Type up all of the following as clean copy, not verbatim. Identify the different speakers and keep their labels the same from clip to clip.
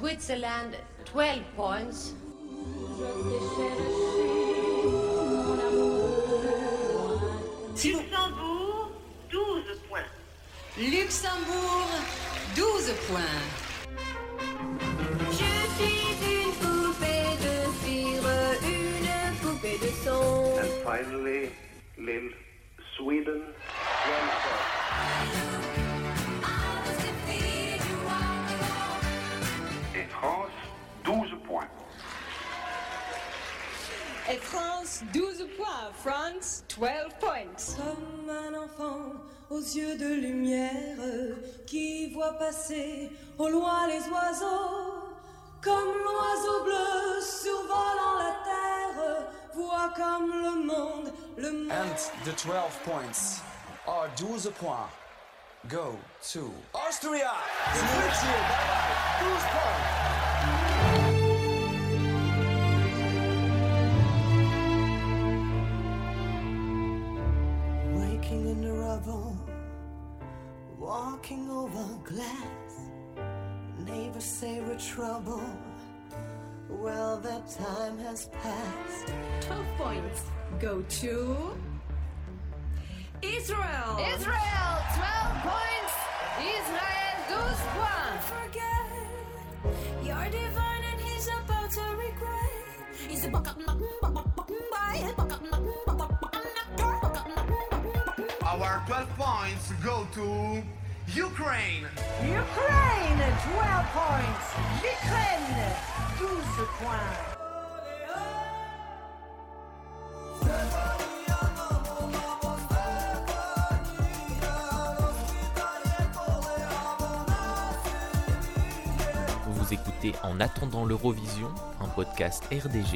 Speaker 1: Switzerland, 12 points.
Speaker 2: Luxembourg, 12 points.
Speaker 3: Luxembourg, 12 points.
Speaker 4: Je suis une poupée de cire, une poupée de son.
Speaker 5: And finally, Lille, Sweden, 12
Speaker 6: Et France, 12 points.
Speaker 3: Et France, 12 points. France, 12 points.
Speaker 7: Comme un enfant aux yeux de lumière qui voit passer au loin les oiseaux. Comme l'oiseau bleu survolant la terre, voit comme le monde.
Speaker 8: And the 12 points are 12 points. Go to Austria! Switzerland, bye-bye! 12 points!
Speaker 7: Waking in the rubble, walking over glass. Neighbors say we're trouble. Well, that time has passed.
Speaker 3: 12 points go to Israel.
Speaker 4: Israel, 12 points. Israel, 12 points.
Speaker 7: Forget, you're divine and he's about to regret. He's a
Speaker 9: Our 12 points go to Ukraine.
Speaker 7: Ukraine, 12 points. Ukraine, 12 points.
Speaker 10: Vous écoutez En attendant l'Eurovision, un podcast RDG.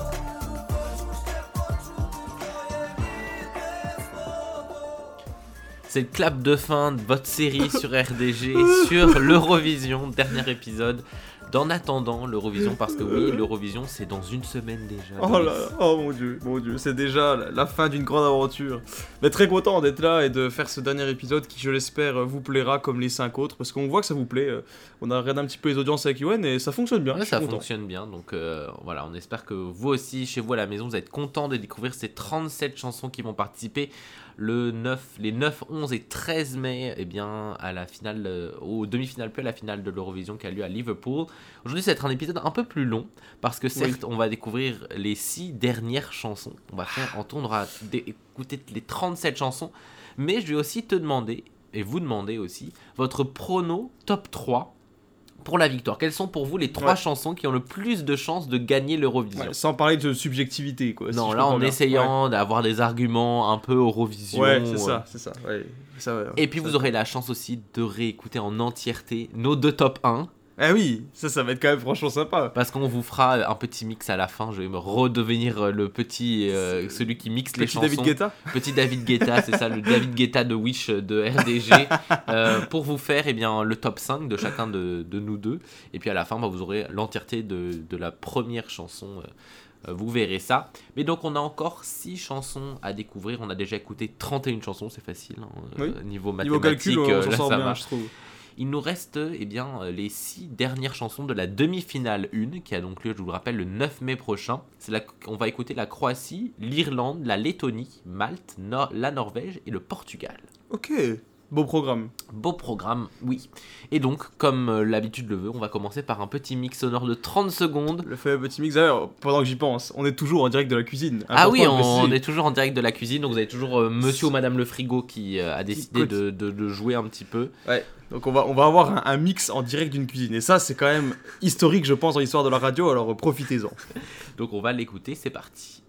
Speaker 10: C'est le clap de fin de votre série sur RDG, sur l'Eurovision, dernier épisode d'En attendant l'Eurovision, parce que oui, l'Eurovision c'est dans une semaine déjà.
Speaker 11: Oh là là, oh mon dieu, c'est déjà la fin d'une grande aventure. Mais très content d'être là et de faire ce dernier épisode qui, je l'espère, vous plaira comme les 5 autres, parce qu'on voit que ça vous plaît. On a regardé un petit peu les audiences avec Yoann et ça fonctionne bien.
Speaker 10: Ouais, ça fonctionne bien, donc voilà, on espère que vous aussi, chez vous à la maison, vous êtes contents de découvrir ces 37 chansons qui vont participer les 9, 11 et 13 mai, eh bien, à la finale, aux demi-finales puis à la finale de l'Eurovision qui a lieu à Liverpool. Aujourd'hui, ça va être un épisode un peu plus long, parce que certes, on va découvrir les 6 dernières chansons. On aura écouté les 37 chansons, mais je vais aussi te demander, et vous demander aussi, votre prono top 3 pour la victoire. Quelles sont pour vous les 3 chansons qui ont le plus de chances de gagner l'Eurovision ?
Speaker 11: Sans parler de subjectivité, quoi.
Speaker 10: Non, là, en essayant d'avoir des arguments un peu Eurovision.
Speaker 11: Ouais, c'est ça. Ouais,
Speaker 10: et puis, vous aurez la chance aussi de réécouter en entièreté nos 2 top 1.
Speaker 11: Ah oui, ça va être quand même franchement sympa.
Speaker 10: Parce qu'on vous fera un petit mix à la fin. Je vais me redevenir le petit, celui qui mixe les chansons. Petit David Guetta, c'est ça, le David Guetta de Wish de RDG. Pour vous faire le top 5 de chacun de nous deux. Et puis à la fin, vous aurez l'entièreté de la première chanson. Vous verrez ça. Mais donc on a encore 6 chansons à découvrir. On a déjà écouté 31 chansons, c'est facile. Niveau mathématique,
Speaker 11: niveau calcul, on s'en sort
Speaker 10: ça
Speaker 11: bien,
Speaker 10: va.
Speaker 11: je trouve.
Speaker 10: Il nous reste les 6 dernières chansons de la demi-finale 1, qui a donc lieu, je vous le rappelle, le 9 mai prochain. On va écouter la Croatie, l'Irlande, la Lettonie, Malte, la Norvège et le Portugal.
Speaker 11: Ok, beau programme.
Speaker 10: Beau programme, oui. Et donc, comme l'habitude le veut, on va commencer par un petit mix sonore de 30 secondes.
Speaker 11: Le fait petit mix, d'ailleurs, pendant que j'y pense, on est toujours en direct de la cuisine.
Speaker 10: Ah oui, on est toujours en direct de la cuisine, donc vous avez toujours monsieur ou madame le frigo qui a décidé de jouer un petit peu.
Speaker 11: Ouais. Donc on va avoir un mix en direct d'une cuisine. Et ça, c'est quand même historique, je pense, dans l'histoire de la radio, alors profitez-en.
Speaker 10: Donc on va l'écouter, c'est parti.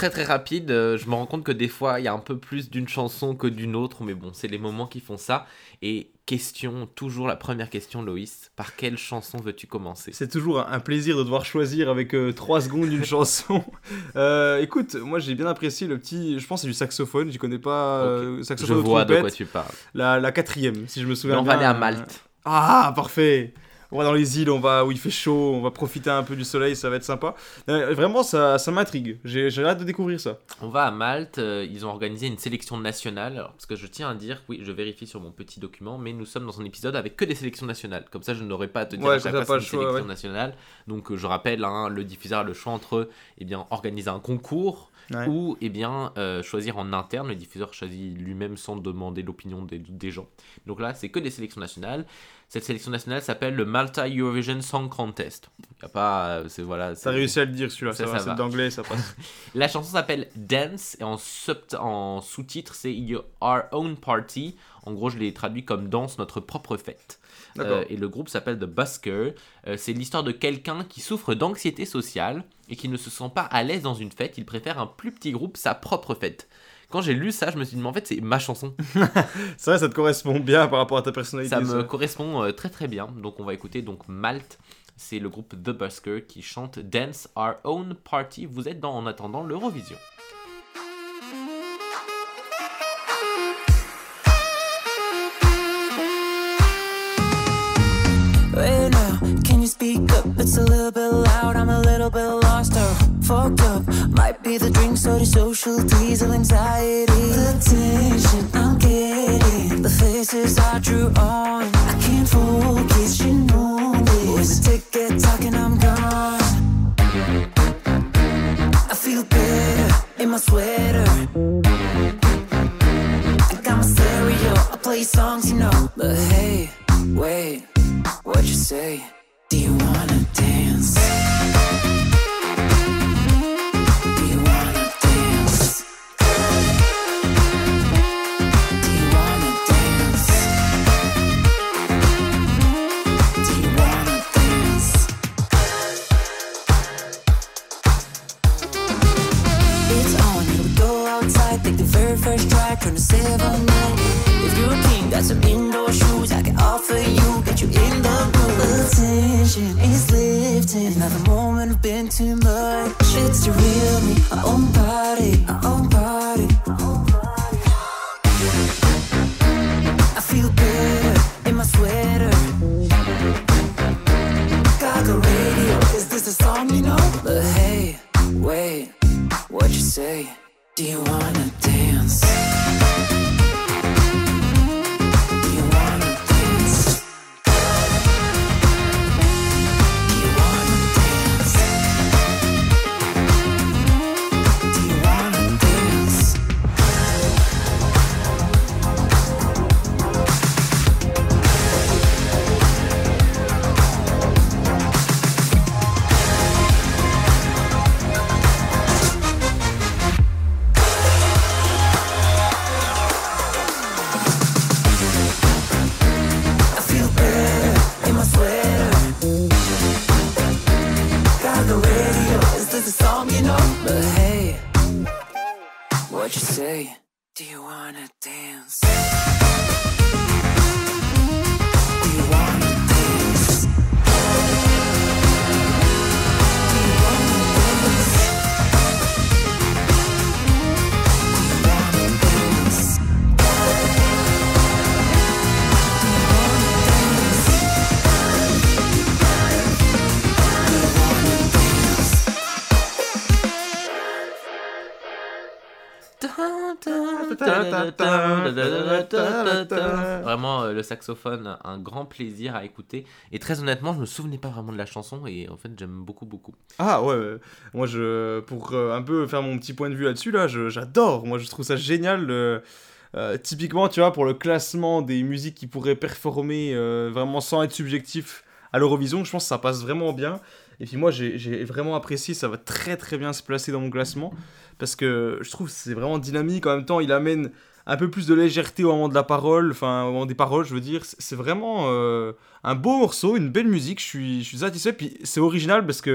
Speaker 10: très très rapide. Je me rends compte que des fois, il y a un peu plus d'une chanson que d'une autre, mais bon, c'est les moments qui font ça. Et toujours la première question, Loïs, par quelle chanson veux-tu commencer ?
Speaker 11: C'est toujours un plaisir de devoir choisir avec 3 secondes une chanson. Écoute, moi j'ai bien apprécié le petit, je pense que c'est du saxophone, j'y connais pas, saxophone.
Speaker 10: Je vois de quoi tu parles.
Speaker 11: La 4e, si je me souviens
Speaker 10: bien. On va aller à Malte.
Speaker 11: Ah, parfait. On va dans les îles, où il fait chaud, on va profiter un peu du soleil, ça va être sympa. Vraiment, ça m'intrigue. J'ai hâte de découvrir ça.
Speaker 10: On va à Malte, ils ont organisé une sélection nationale. Alors, parce que je tiens à dire, oui, je vérifie sur mon petit document, mais nous sommes dans un épisode avec que des sélections nationales. Comme ça, je n'aurai pas à te dire à chaque fois c'est une sélection nationale. Donc, je rappelle, le diffuseur a le choix entre organiser un concours. Ouais. Ou choisir en interne, le diffuseur choisit lui-même sans demander l'opinion des gens. Donc là, c'est que des sélections nationales. Cette sélection nationale s'appelle le Malta Eurovision Song Contest. Y a pas,
Speaker 11: T'as réussi à le dire celui-là, ça va. C'est d'anglais, ça passe.
Speaker 10: La chanson s'appelle Dance et en sous-titre c'est Our Own Party. En gros, je l'ai traduit comme Danse, notre propre fête. Et le groupe s'appelle The Busker. C'est l'histoire de quelqu'un qui souffre d'anxiété sociale et qui ne se sent pas à l'aise dans une fête. Il préfère un plus petit groupe, sa propre fête. Quand j'ai lu ça, je me suis dit, mais en fait, c'est ma chanson.
Speaker 11: C'est vrai, ça te correspond bien par rapport à ta personnalité.
Speaker 10: Ça me correspond très très bien. Donc, on va écouter Malte. C'est le groupe The Busker qui chante Dance Our Own Party. Vous êtes en attendant l'Eurovision.
Speaker 12: Hey now, can you speak up? It's a little bit loud, I'm a little bit lost or fucked up. Might be the drinks or the social diesel anxiety. The tension I'm getting, the faces I drew on. I can't focus, you know this. With a ticket talking, I'm gone. I feel better in my sweater. I got my stereo, I play songs, you know. But hey, wait. What'd you say? Do you wanna dance? Do you wanna dance? Do you wanna dance? Do you wanna dance? It's on, here we go outside, take the very first try, turn to 7 9. If you're a king, got some indoor shoes I can offer you, get you in the room. The tension is lifting, another moment have been too much. It's the real me, our own party, our own party. I feel better in my sweater. Got the radio, is this a song you know? But hey, wait, what'd you say? Do you wanna dance? What you say? Do you wanna dance? Do you wanna dance? Do you wanna dance? Do you wanna dance?
Speaker 10: Vraiment, le saxophone, un grand plaisir à écouter. Et très honnêtement, je me souvenais pas vraiment de la chanson et en fait, j'aime beaucoup.
Speaker 11: Ah ouais, moi pour un peu faire mon petit point de vue là-dessus, j'adore. Moi, je trouve ça génial. Typiquement, tu vois, pour le classement des musiques qui pourraient performer vraiment sans être subjectif à l'Eurovision, je pense que ça passe vraiment bien. Et puis moi, j'ai vraiment apprécié, ça va très très bien se placer dans mon classement, parce que je trouve que c'est vraiment dynamique. En même temps, il amène un peu plus de légèreté au moment de la parole, enfin au moment des paroles, je veux dire. C'est vraiment un beau morceau, une belle musique, je suis satisfait. Puis c'est original parce que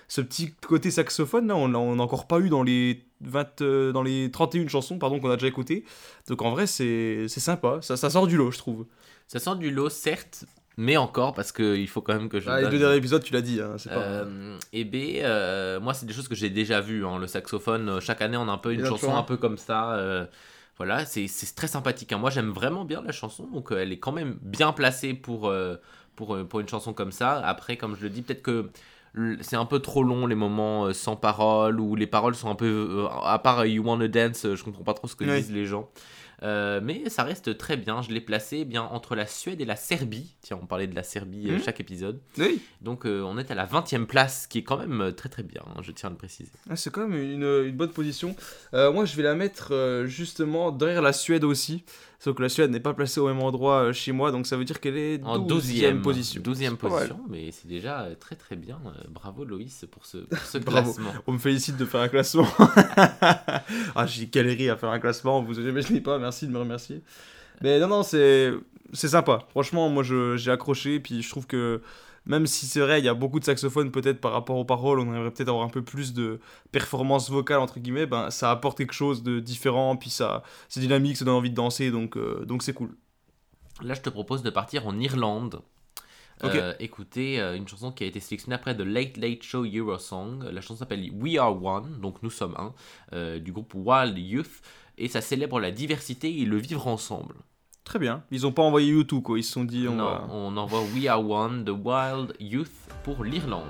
Speaker 11: ce petit côté saxophone là, on n'a encore pas eu dans les 31 chansons qu'on a déjà écoutées. Donc en vrai, c'est sympa, ça sort du lot, je trouve.
Speaker 10: Ça sort du lot, certes, mais encore, parce qu'il faut quand même que je...
Speaker 11: les 2 derniers épisodes, tu l'as dit, hein, c'est pas...
Speaker 10: moi, c'est des choses que j'ai déjà vues, hein, le saxophone. Chaque année, on a un peu une chanson un peu comme ça. Voilà, c'est très sympathique. Hein. Moi, j'aime vraiment bien la chanson, donc elle est quand même bien placée pour une chanson comme ça. Après, comme je le dis, peut-être que c'est un peu trop long, les moments sans paroles, ou les paroles sont un peu... à part You Wanna Dance, je comprends pas trop ce que disent les gens. Mais ça reste très bien. Je l'ai placé bien entre la Suède et la Serbie. Tiens, on parlait de la Serbie chaque épisode.
Speaker 11: Oui.
Speaker 10: Donc on est à la 20e place, qui est quand même très très bien, hein, je tiens à le préciser.
Speaker 11: C'est quand même une bonne position. Moi, je vais la mettre justement derrière la Suède aussi. Sauf que la Suède n'est pas placée au même endroit chez moi, donc ça veut dire qu'elle est
Speaker 10: en
Speaker 11: 12e position.
Speaker 10: 12e position, mais c'est déjà très très bien. Bravo Loïs pour ce classement.
Speaker 11: On me félicite de faire un classement. J'ai galéré à faire un classement, vous imaginez pas, merci de me remercier. Mais non, c'est sympa. Franchement, moi j'ai accroché, puis je trouve que même si c'est vrai, il y a beaucoup de saxophones peut-être par rapport aux paroles, on aimerait peut-être avoir un peu plus de performance vocale entre guillemets, ça apporte quelque chose de différent, puis c'est dynamique, ça donne envie de danser, donc c'est cool.
Speaker 10: Là, je te propose de partir en Irlande.
Speaker 11: Okay.
Speaker 10: Écouter une chanson qui a été sélectionnée après The Late Late Show Eurosong. La chanson s'appelle We Are One, donc nous sommes un, du groupe Wild Youth, et ça célèbre la diversité et le vivre ensemble.
Speaker 11: Très bien. Ils ont pas envoyé U2 quoi. Ils se sont dit
Speaker 10: on envoie We Are One de Wild Youth pour l'Irlande.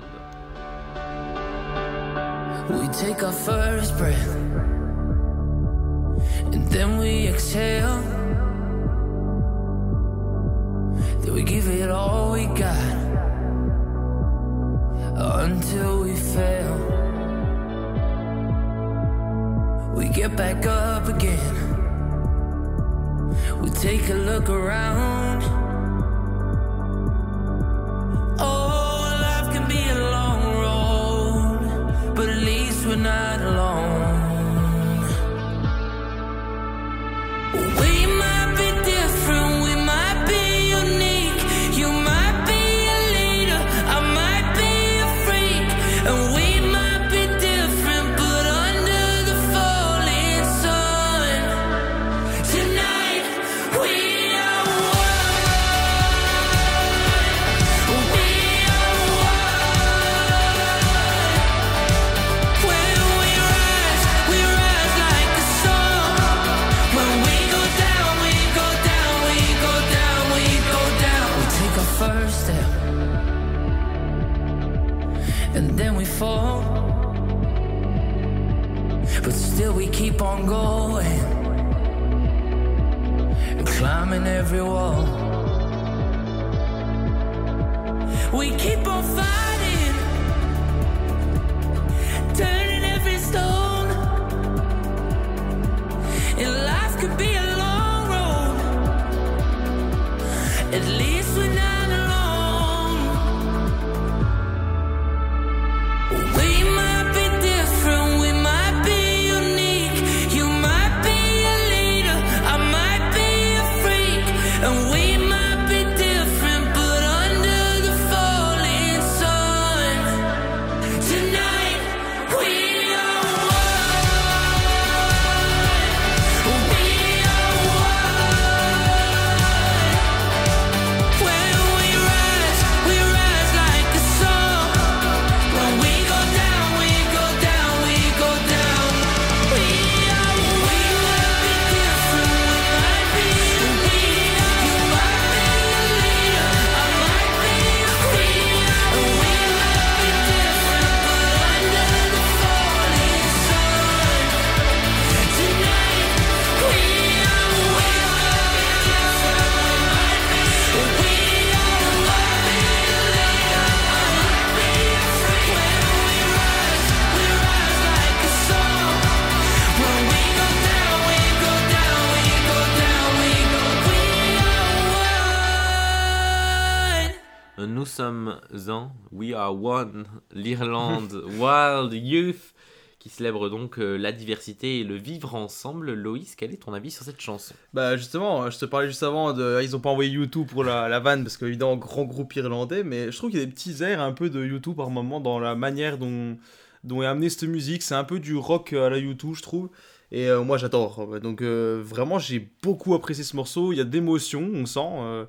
Speaker 12: We take our first breath and then we exhale. Then we give it all we got until we fail. We get back up again. We take a look around. Oh, life can be a long road, but at least we're not alone. We might be different, we might be unique. You might be a leader, I might be a freak, and we might be different, but under the falling sun, tonight we are and then we fall, but still we keep on going and climbing every wall. We keep on fighting, turning every stone, and life could be a long road, at least we're not
Speaker 10: Nous sommes un, We Are One, l'Irlande, Wild Youth, qui célèbre donc la diversité et le vivre ensemble. Loïs, quel est ton avis sur cette chanson ?
Speaker 11: Bah justement, je te parlais juste avant ils ont pas envoyé U2 pour la vanne parce qu'évidemment grand groupe irlandais, mais je trouve qu'il y a des petits airs un peu de U2 par moment dans la manière dont est amenée cette musique. C'est un peu du rock à la U2 je trouve, et moi j'adore. Donc vraiment j'ai beaucoup apprécié ce morceau. Il y a d'émotions, on sent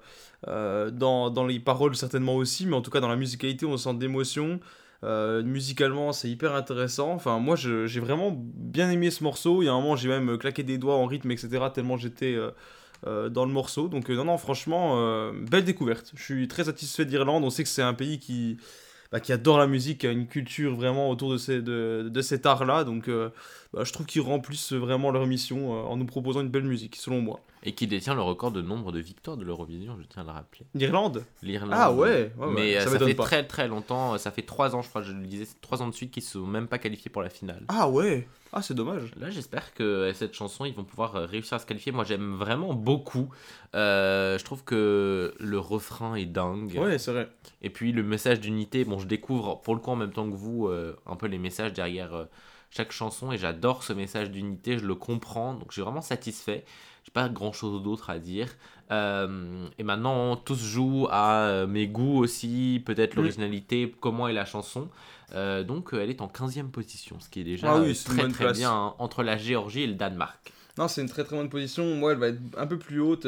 Speaker 11: dans les paroles certainement aussi, mais en tout cas dans la musicalité on sent d'émotions. Musicalement c'est hyper intéressant. Enfin moi j'ai vraiment bien aimé ce morceau. Il y a un moment j'ai même claqué des doigts en rythme etc tellement j'étais dans le morceau. Donc non franchement belle découverte. Je suis très satisfait d'Irlande. On sait que c'est un pays qui adore la musique, qui a une culture vraiment autour de cet art là. Donc je trouve qu'ils remplissent vraiment leur mission en nous proposant une belle musique selon moi.
Speaker 10: Et qui détient le record de nombre de victoires de l'Eurovision, je tiens à le rappeler.
Speaker 11: L'Irlande ?
Speaker 10: L'Irlande.
Speaker 11: Ah ouais.
Speaker 10: Mais ça fait très très longtemps, ça fait 3 ans je crois, je le disais, 3 ans de suite qu'ils ne sont même pas qualifiés pour la finale.
Speaker 11: Ah ouais. Ah c'est dommage.
Speaker 10: Là j'espère que cette chanson ils vont pouvoir réussir à se qualifier. Moi j'aime vraiment beaucoup. Je trouve que le refrain est dingue.
Speaker 11: Ouais c'est vrai.
Speaker 10: Et puis le message d'unité, bon je découvre pour le coup en même temps que vous un peu les messages derrière chaque chanson et j'adore ce message d'unité, je le comprends, donc je suis vraiment satisfait. J'ai pas grand chose d'autre à dire. Et maintenant, tout se joue à mes goûts aussi, peut-être l'originalité, comment est la chanson. Donc, elle est en 15e position, ce qui est déjà très très bien hein, entre la Géorgie et le Danemark.
Speaker 11: Non, c'est une très très bonne position. Moi, elle va être un peu plus haute.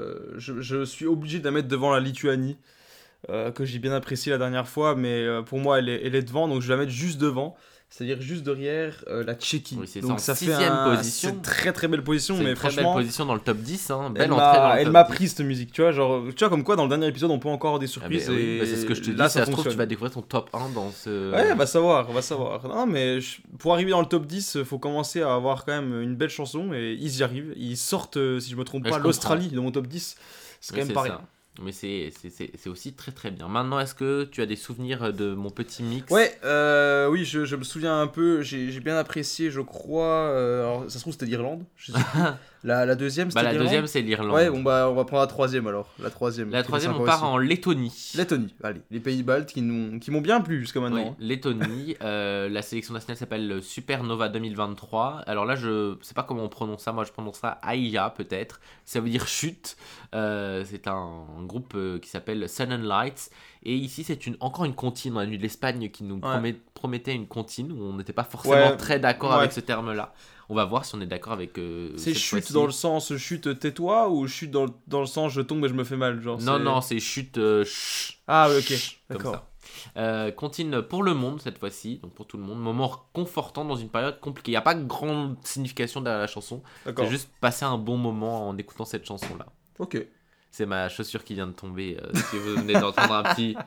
Speaker 11: Je suis obligé de la mettre devant la Lituanie, que j'ai bien apprécié la dernière fois, mais pour moi, elle est devant, donc je vais la mettre juste devant. C'est-à-dire juste derrière la Tchéquie.
Speaker 10: Oui, c'est
Speaker 11: donc ça fait
Speaker 10: position.
Speaker 11: C'est une très très belle position, mais franchement.
Speaker 10: Très belle position dans le top 10. Hein.
Speaker 11: Elle m'a pris cette musique, tu vois, comme quoi dans le dernier épisode on peut encore avoir des surprises.
Speaker 10: C'est ce que je te dis, ça se trouve tu vas découvrir ton top 1 dans ce.
Speaker 11: Ouais, on va savoir. Non, mais pour arriver dans le top 10, il faut commencer à avoir quand même une belle chanson et ils y arrivent. Ils sortent, si je me trompe pas, l'Australie dans mon top 10. C'est quand même pas rien.
Speaker 10: Mais c'est aussi très très bien. Maintenant, est-ce que tu as des souvenirs de mon petit mix ?
Speaker 11: Ouais, oui, je me souviens un peu. J'ai bien apprécié, je crois. Alors, ça se trouve, c'était l'Irlande. Je sais plus. La deuxième, c'était l'Irlande.
Speaker 10: La deuxième, c'est l'Irlande.
Speaker 11: Ouais, bon, on va prendre la troisième alors. La troisième,
Speaker 10: on part en Lettonie.
Speaker 11: Lettonie, allez. Les pays baltes qui m'ont bien plu jusqu'à maintenant.
Speaker 10: Oui, Lettonie. La sélection nationale s'appelle Supernova 2023. Alors là, je sais pas comment on prononce ça. Moi, je prononce ça Aïa, peut-être. Ça veut dire chute. C'est un groupe qui s'appelle Sun and Lights. Et ici, c'est encore une comptine. On a vu de l'Espagne qui nous promettait une comptine où on n'était pas forcément très d'accord avec ce terme-là. On va voir si on est d'accord avec
Speaker 11: c'est chute dans le sens chute tais-toi ou chute dans le sens je tombe et je me fais mal genre,
Speaker 10: Non, c'est chute
Speaker 11: Ah oui, ok, d'accord.
Speaker 10: Comme ça. Comptine pour le monde cette fois-ci, donc pour tout le monde. Moment confortant dans une période compliquée. Il n'y a pas de grande signification derrière la chanson. D'accord. C'est juste passer un bon moment en écoutant cette chanson-là.
Speaker 11: Ok.
Speaker 10: C'est ma chaussure qui vient de tomber. Si vous venez d'entendre un petit...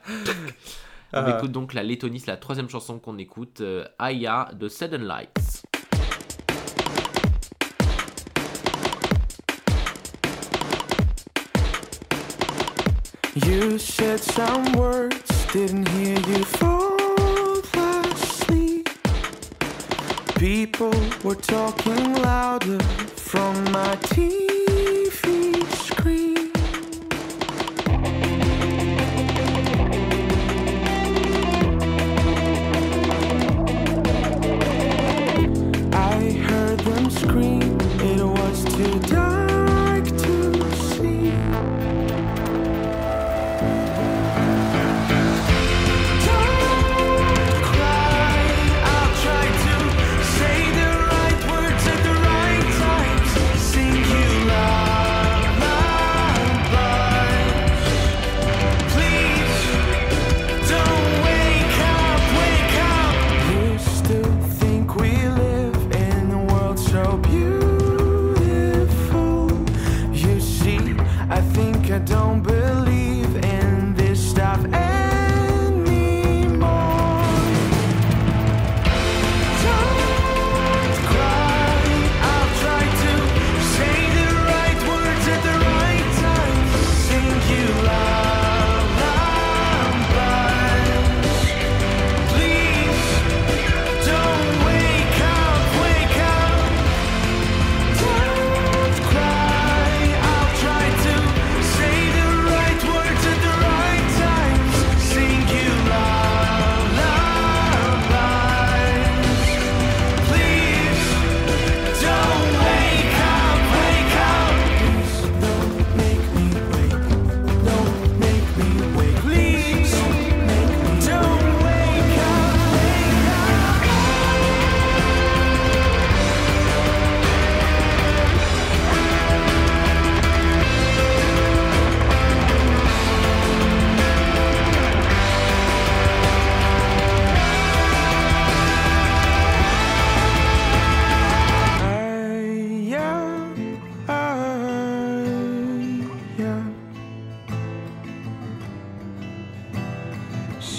Speaker 10: On écoute donc la Lettonie, c'est la 3e chanson qu'on écoute. Aïa de Sudden Lights.
Speaker 12: You said some words, didn't hear you fall asleep. People were talking louder from my TV screen. I heard them scream, it was too dark to see. Sing you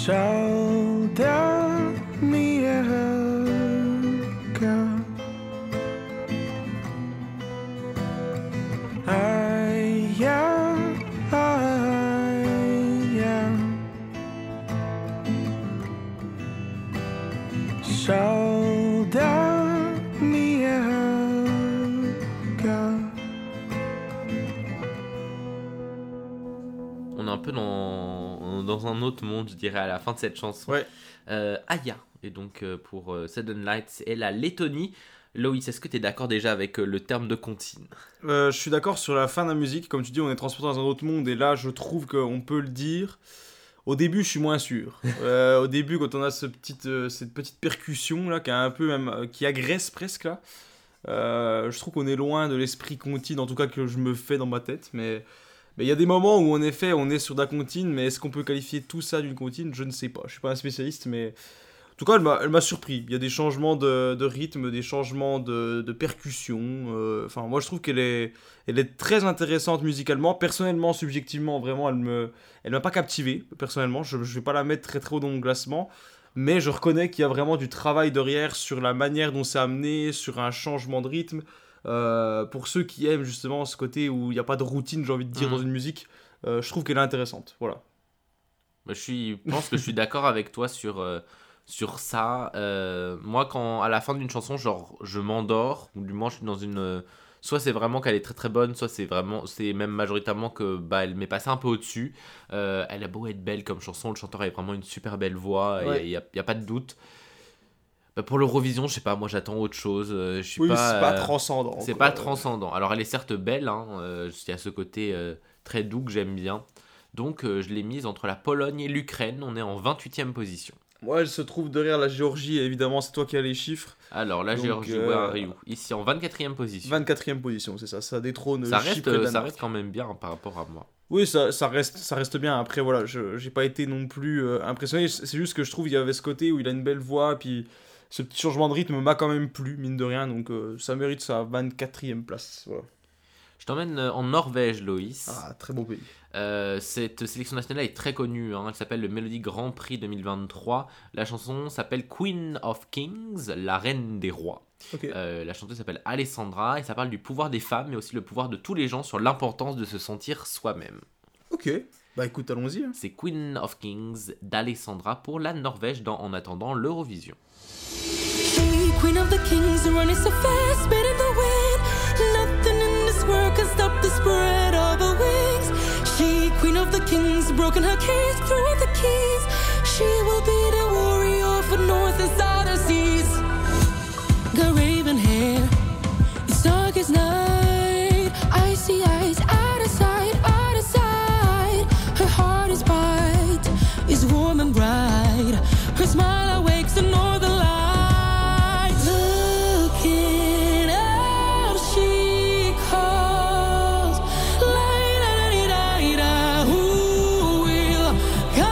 Speaker 10: On est un peu dans un autre monde, je dirais, à la fin de cette chanson.
Speaker 11: Ouais.
Speaker 10: Aya, et donc pour Sudden Lights et la Lettonie. Loïs, est-ce que tu es d'accord déjà avec le terme de comptine ?
Speaker 11: Je suis d'accord sur la fin de la musique. Comme tu dis, on est transporté dans un autre monde, et là, je trouve qu'on peut le dire. Au début, je suis moins sûr. Au début, quand on a cette petite percussion là, qui a un peu même, qui agresse presque là, je trouve qu'on est loin de l'esprit comptine, en tout cas que je me fais dans ma tête. Mais il y a des moments où en effet, on est sur de la comptine, mais est-ce qu'on peut qualifier tout ça d'une comptine ? Je ne sais pas. Je suis pas un spécialiste, mais en tout cas, elle m'a surpris. Il y a des changements de rythme, des changements de percussion. Enfin, moi, je trouve qu'elle est très intéressante musicalement. Personnellement, subjectivement, vraiment, elle m'a pas captivé. Personnellement, je vais pas la mettre très très haut dans mon classement, mais je reconnais qu'il y a vraiment du travail derrière sur la manière dont c'est amené, sur un changement de rythme. Pour ceux qui aiment justement ce côté où il n'y a pas de routine, j'ai envie de dire, dans une musique, je trouve qu'elle est intéressante. Voilà.
Speaker 10: Je pense que je suis d'accord avec toi sur ça. Moi, quand à la fin d'une chanson, genre je m'endors, ou du moins je suis dans une, soit c'est vraiment qu'elle est très très bonne, soit c'est même majoritairement que elle m'est passée un peu au-dessus. Elle a beau être belle comme chanson, le chanteur a vraiment une super belle voix,
Speaker 11: ouais.
Speaker 10: Il y a pas de doute. Pour l'Eurovision, je sais pas, moi j'attends autre chose.
Speaker 11: C'est pas transcendant.
Speaker 10: C'est pas transcendant. Alors elle est certes belle, il y a ce côté très doux que j'aime bien. Donc je l'ai mise entre la Pologne et l'Ukraine. On est en 28e position.
Speaker 11: Moi, elle se trouve derrière la Géorgie, évidemment, c'est toi qui as les chiffres.
Speaker 10: Alors, la Géorgie, ici en 24e position.
Speaker 11: 24e position, c'est ça détrône
Speaker 10: Chypre et Danemark. Ça reste quand même bien par rapport à moi.
Speaker 11: Oui, ça reste bien. Après, voilà, j'ai pas été non plus impressionné. C'est juste que je trouve qu'il y avait ce côté où il a une belle voix, puis ce petit changement de rythme m'a quand même plu, mine de rien. Donc, ça mérite sa 24e place. Voilà.
Speaker 10: Je t'emmène en Norvège, Loïs.
Speaker 11: Ah, très beau pays.
Speaker 10: Cette sélection nationale est très connue, elle s'appelle le Melody Grand Prix 2023. La chanson s'appelle Queen of Kings, la reine des rois.
Speaker 11: Okay.
Speaker 10: La chanteuse s'appelle Alessandra et ça parle du pouvoir des femmes, mais aussi le pouvoir de tous les gens sur l'importance de se sentir soi-même.
Speaker 11: Ok, bah écoute, allons-y.
Speaker 10: C'est Queen of Kings d'Alessandra pour la Norvège en attendant l'Eurovision.
Speaker 12: Hey, Queen of the Kings, running so fast, spinning the wind. Nothing in this world can stop the spread of her wings. She, Queen of the Kings, broken her cage, threw the keys. She will be the warrior for north and southern seas. Got raven hair, it's dark as night. Icy eyes, out of sight, out of sight. Her heart is bright, is warm and bright. Her smile awakes the northern light. Looking out, she calls. Who will come?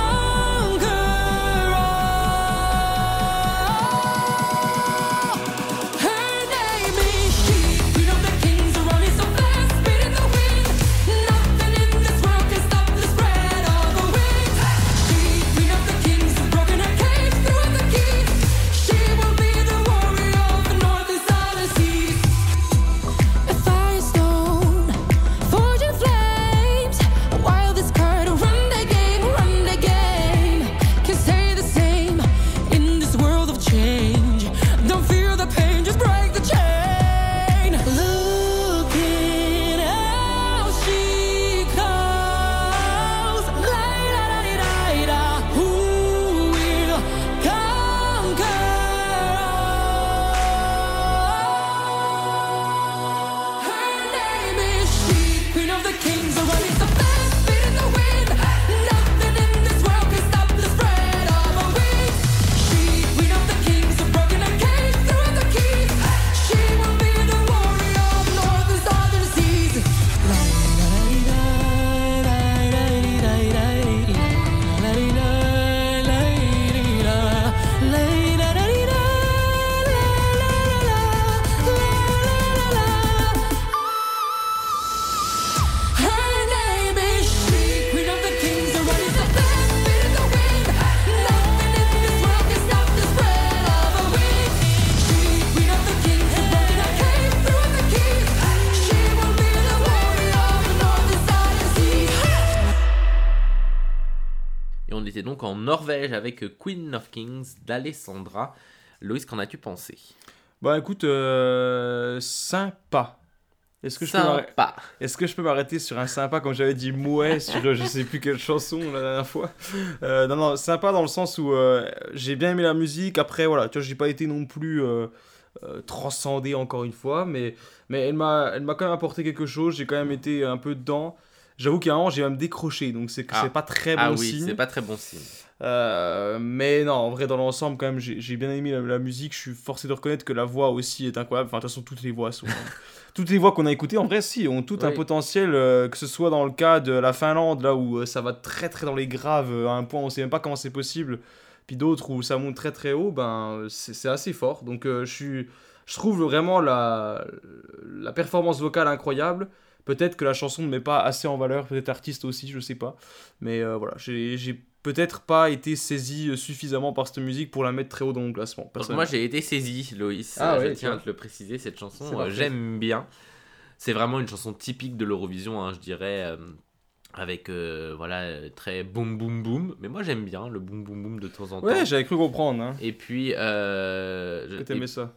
Speaker 10: était donc en Norvège avec Queen of Kings d'Alessandra. Loïs, qu'en as-tu pensé?
Speaker 11: Bah écoute, sympa. Est-ce que je peux m'arrêter sur un sympa comme j'avais dit mouais sur je sais plus quelle chanson la dernière fois. Non, sympa dans le sens où j'ai bien aimé la musique. Après voilà, tu vois, j'ai pas été non plus transcendé encore une fois, mais elle m'a quand même apporté quelque chose. J'ai quand même été un peu dedans. J'avoue qu'à un moment j'ai même décroché, donc c'est pas très bon signe.
Speaker 10: Ah oui, c'est pas très bon signe.
Speaker 11: Mais non, en vrai, dans l'ensemble, quand même, j'ai bien aimé la musique. Je suis forcé de reconnaître que la voix aussi est incroyable. Enfin, de toute façon, toutes les voix sont... toutes les voix qu'on a écoutées, en vrai, si, ont toutes un potentiel, que ce soit dans le cas de la Finlande, là où ça va très très dans les graves, à un point où on sait même pas comment c'est possible, puis d'autres où ça monte très très haut, ben, c'est assez fort. Donc, je trouve vraiment la performance vocale incroyable. Peut-être que la chanson ne met pas assez en valeur, peut-être l'artiste aussi, je sais pas. Mais voilà, j'ai peut-être pas été saisi suffisamment par cette musique pour la mettre très haut dans mon classement.
Speaker 10: Donc moi j'ai été saisi, Loïs. Je tiens à te le préciser, cette chanson, j'aime bien. C'est vraiment une chanson typique de l'Eurovision, hein, je dirais, avec très boum boum boum. Mais moi j'aime bien le boum boum boum de temps en temps.
Speaker 11: Ouais, j'avais cru comprendre. Hein.
Speaker 10: Et puis...
Speaker 11: t'aimais ça.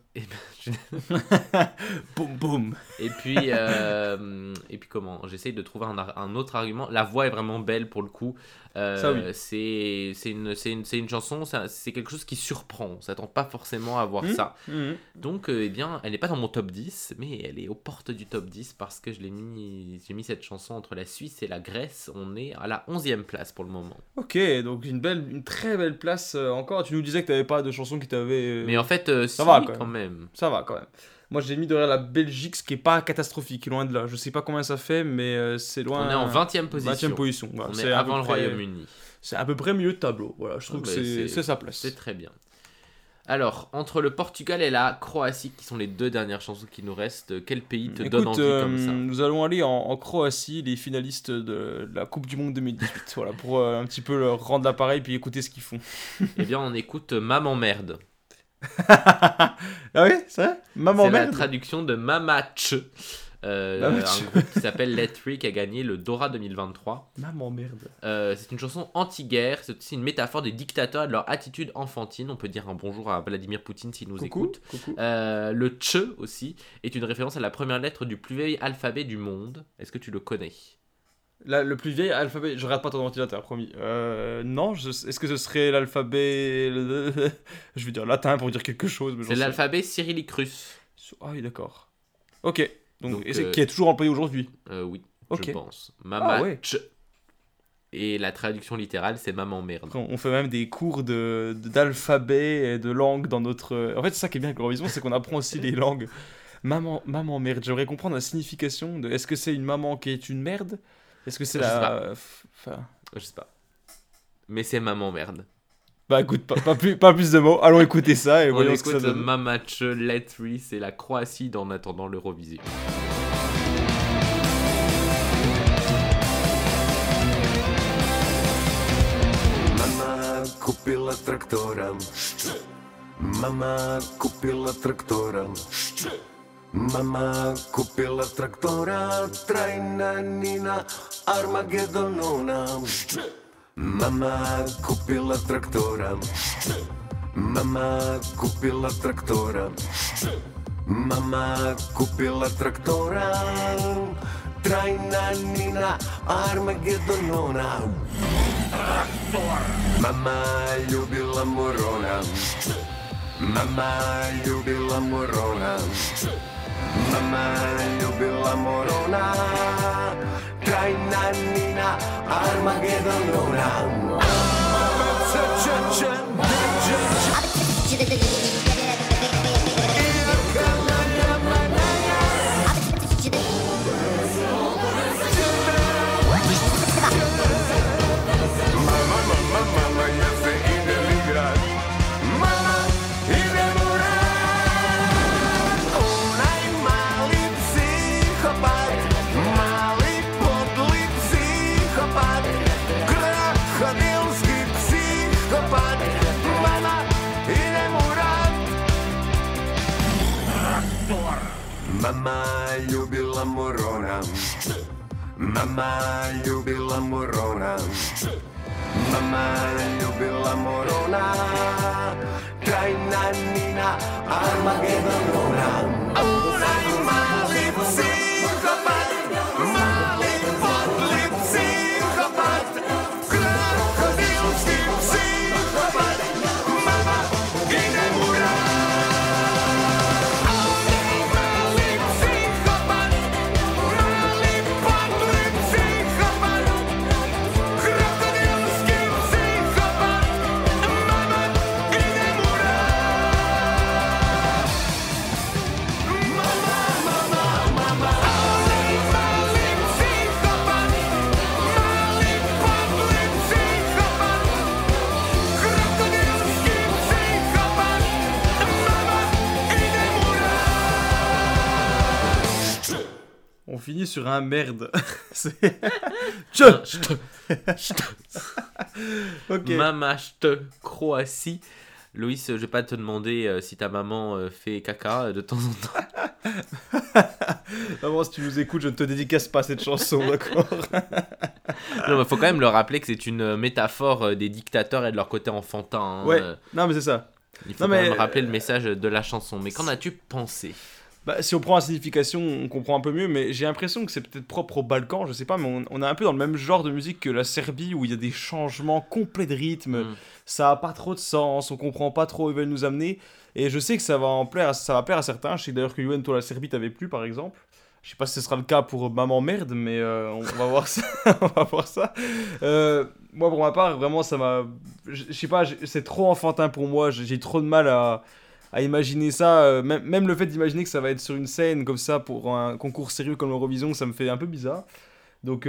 Speaker 10: Boum boum. Et puis comment, j'essaye de trouver un autre argument. La voix est vraiment belle pour le coup.
Speaker 11: Ça oui.
Speaker 10: C'est une chanson, c'est quelque chose qui surprend. On s'attend pas forcément à voir ça. Donc eh bien, elle n'est pas dans mon top 10, mais elle est aux portes du top 10 parce que j'ai mis cette chanson entre la Suisse et la Grèce. On est à la 11e place pour le moment.
Speaker 11: Ok, donc une très belle place encore. Tu nous disais que t'avais pas de chanson qui t'avait...
Speaker 10: Mais en fait,
Speaker 11: ça va
Speaker 10: quand même.
Speaker 11: Ça va quand même. Moi j'ai mis derrière la Belgique, ce qui est pas catastrophique, loin de là. Je sais pas combien ça fait, mais c'est loin.
Speaker 10: On est en 20e position.
Speaker 11: 20e position. Voilà.
Speaker 10: On est avant le Royaume-Uni.
Speaker 11: C'est à peu près milieu de tableau. Voilà, je trouve que c'est sa place.
Speaker 10: C'est très bien. Alors, entre le Portugal et la Croatie, qui sont les deux dernières chansons qui nous restent, quel pays te donne envie comme ça?
Speaker 11: Nous allons aller en Croatie, les finalistes de la Coupe du Monde 2018. Voilà, pour un petit peu leur rendre l'appareil puis écouter ce qu'ils font.
Speaker 10: Eh bien, on écoute Maman Merde.
Speaker 11: Ah oui, c'est vrai? Maman Merde.
Speaker 10: C'est la traduction de Mamache. Un groupe qui s'appelle Let Free qui a gagné le Dora 2023.
Speaker 11: Maman Merde.
Speaker 10: C'est une chanson anti-guerre, c'est aussi une métaphore des dictateurs et de leur attitude enfantine. On peut dire un bonjour à Vladimir Poutine s'il nous écoute.
Speaker 11: Coucou.
Speaker 10: Le Tche aussi est une référence à la première lettre du plus vieil alphabet du monde. Est-ce que tu le connais?
Speaker 11: Le plus vieil alphabet, je regarde pas ton ordinateur, promis. Non, est-ce que ce serait l'alphabet... je vais dire latin pour dire quelque chose. Mais
Speaker 10: c'est l'alphabet cyrillique russe.
Speaker 11: Ah oui, d'accord. Ok. Donc qui est toujours employé aujourd'hui?
Speaker 10: Oui,
Speaker 11: okay.
Speaker 10: Je pense. Mamache. Et la traduction littérale, c'est maman merde.
Speaker 11: On fait même des cours d'alphabet et de langue dans notre... En fait, c'est ça qui est bien avec l'Eurovision, c'est qu'on apprend aussi les langues. Maman merde, j'aimerais comprendre la signification de... Est-ce que c'est une maman qui est une merde? Est-ce que c'est
Speaker 10: Je sais pas. Mais c'est maman merde.
Speaker 11: Bah écoute, pas plus de mots. Allons écouter ça et
Speaker 10: on
Speaker 11: voyons ce que ça
Speaker 10: écoute
Speaker 11: donne.
Speaker 10: Mamache, Let Free, c'est la Croatie en attendant l'Eurovision.
Speaker 13: Mama kupila traktora. Mama kupila traktora. Mama kupila traktora. Trajna Nina Armagedonona. Mama kupila traktora. Mama kupila traktora. Mama kupila traktora. Trajna Nina Armagedonona. Mama ljubila morona. Mama ljubila morona. Mama ljubila morona. Trajna Nina Armagedonona. Mama ljubila morona. Mama ljubila morona. Mama ljubila morona, krajna Nina Armagedonona. Onaj mali psihopat, mali podli psihopat, krokodilski psihopat, mama idem u raj. Onaj mali psihopat, mali podli psihopat, krokodilski psihopat, mama idem u
Speaker 11: On finit sur un merde. C'est... Ok.
Speaker 10: Mama, je te Croatie. Loïs, je vais pas te demander si ta maman fait caca de temps en temps.
Speaker 11: Maman, si tu nous écoutes, je ne te dédicace pas cette chanson, d'accord?
Speaker 10: Non, mais faut quand même le rappeler que c'est une métaphore des dictateurs et de leur côté enfantin. Hein.
Speaker 11: Ouais, non mais c'est ça.
Speaker 10: Il faut quand même rappeler le message de la chanson. Mais qu'en as-tu pensé?
Speaker 11: Bah, si on prend la signification, on comprend un peu mieux, mais j'ai l'impression que c'est peut-être propre au Balkan, je sais pas, mais on est un peu dans le même genre de musique que la Serbie, où il y a des changements complets de rythme, ça a pas trop de sens, on comprend pas trop où ils veulent nous amener, et je sais que ça va plaire à certains. Je sais d'ailleurs que Yoann, toi, la Serbie t'avait plu, par exemple. Je sais pas si ce sera le cas pour Maman Merde, mais on va voir ça. On va voir ça. Moi, pour ma part, vraiment, ça m'a... Je sais pas, c'est trop enfantin pour moi, j'ai trop de mal à imaginer ça, même le fait d'imaginer que ça va être sur une scène comme ça pour un concours sérieux comme l'Eurovision, ça me fait un peu bizarre. Donc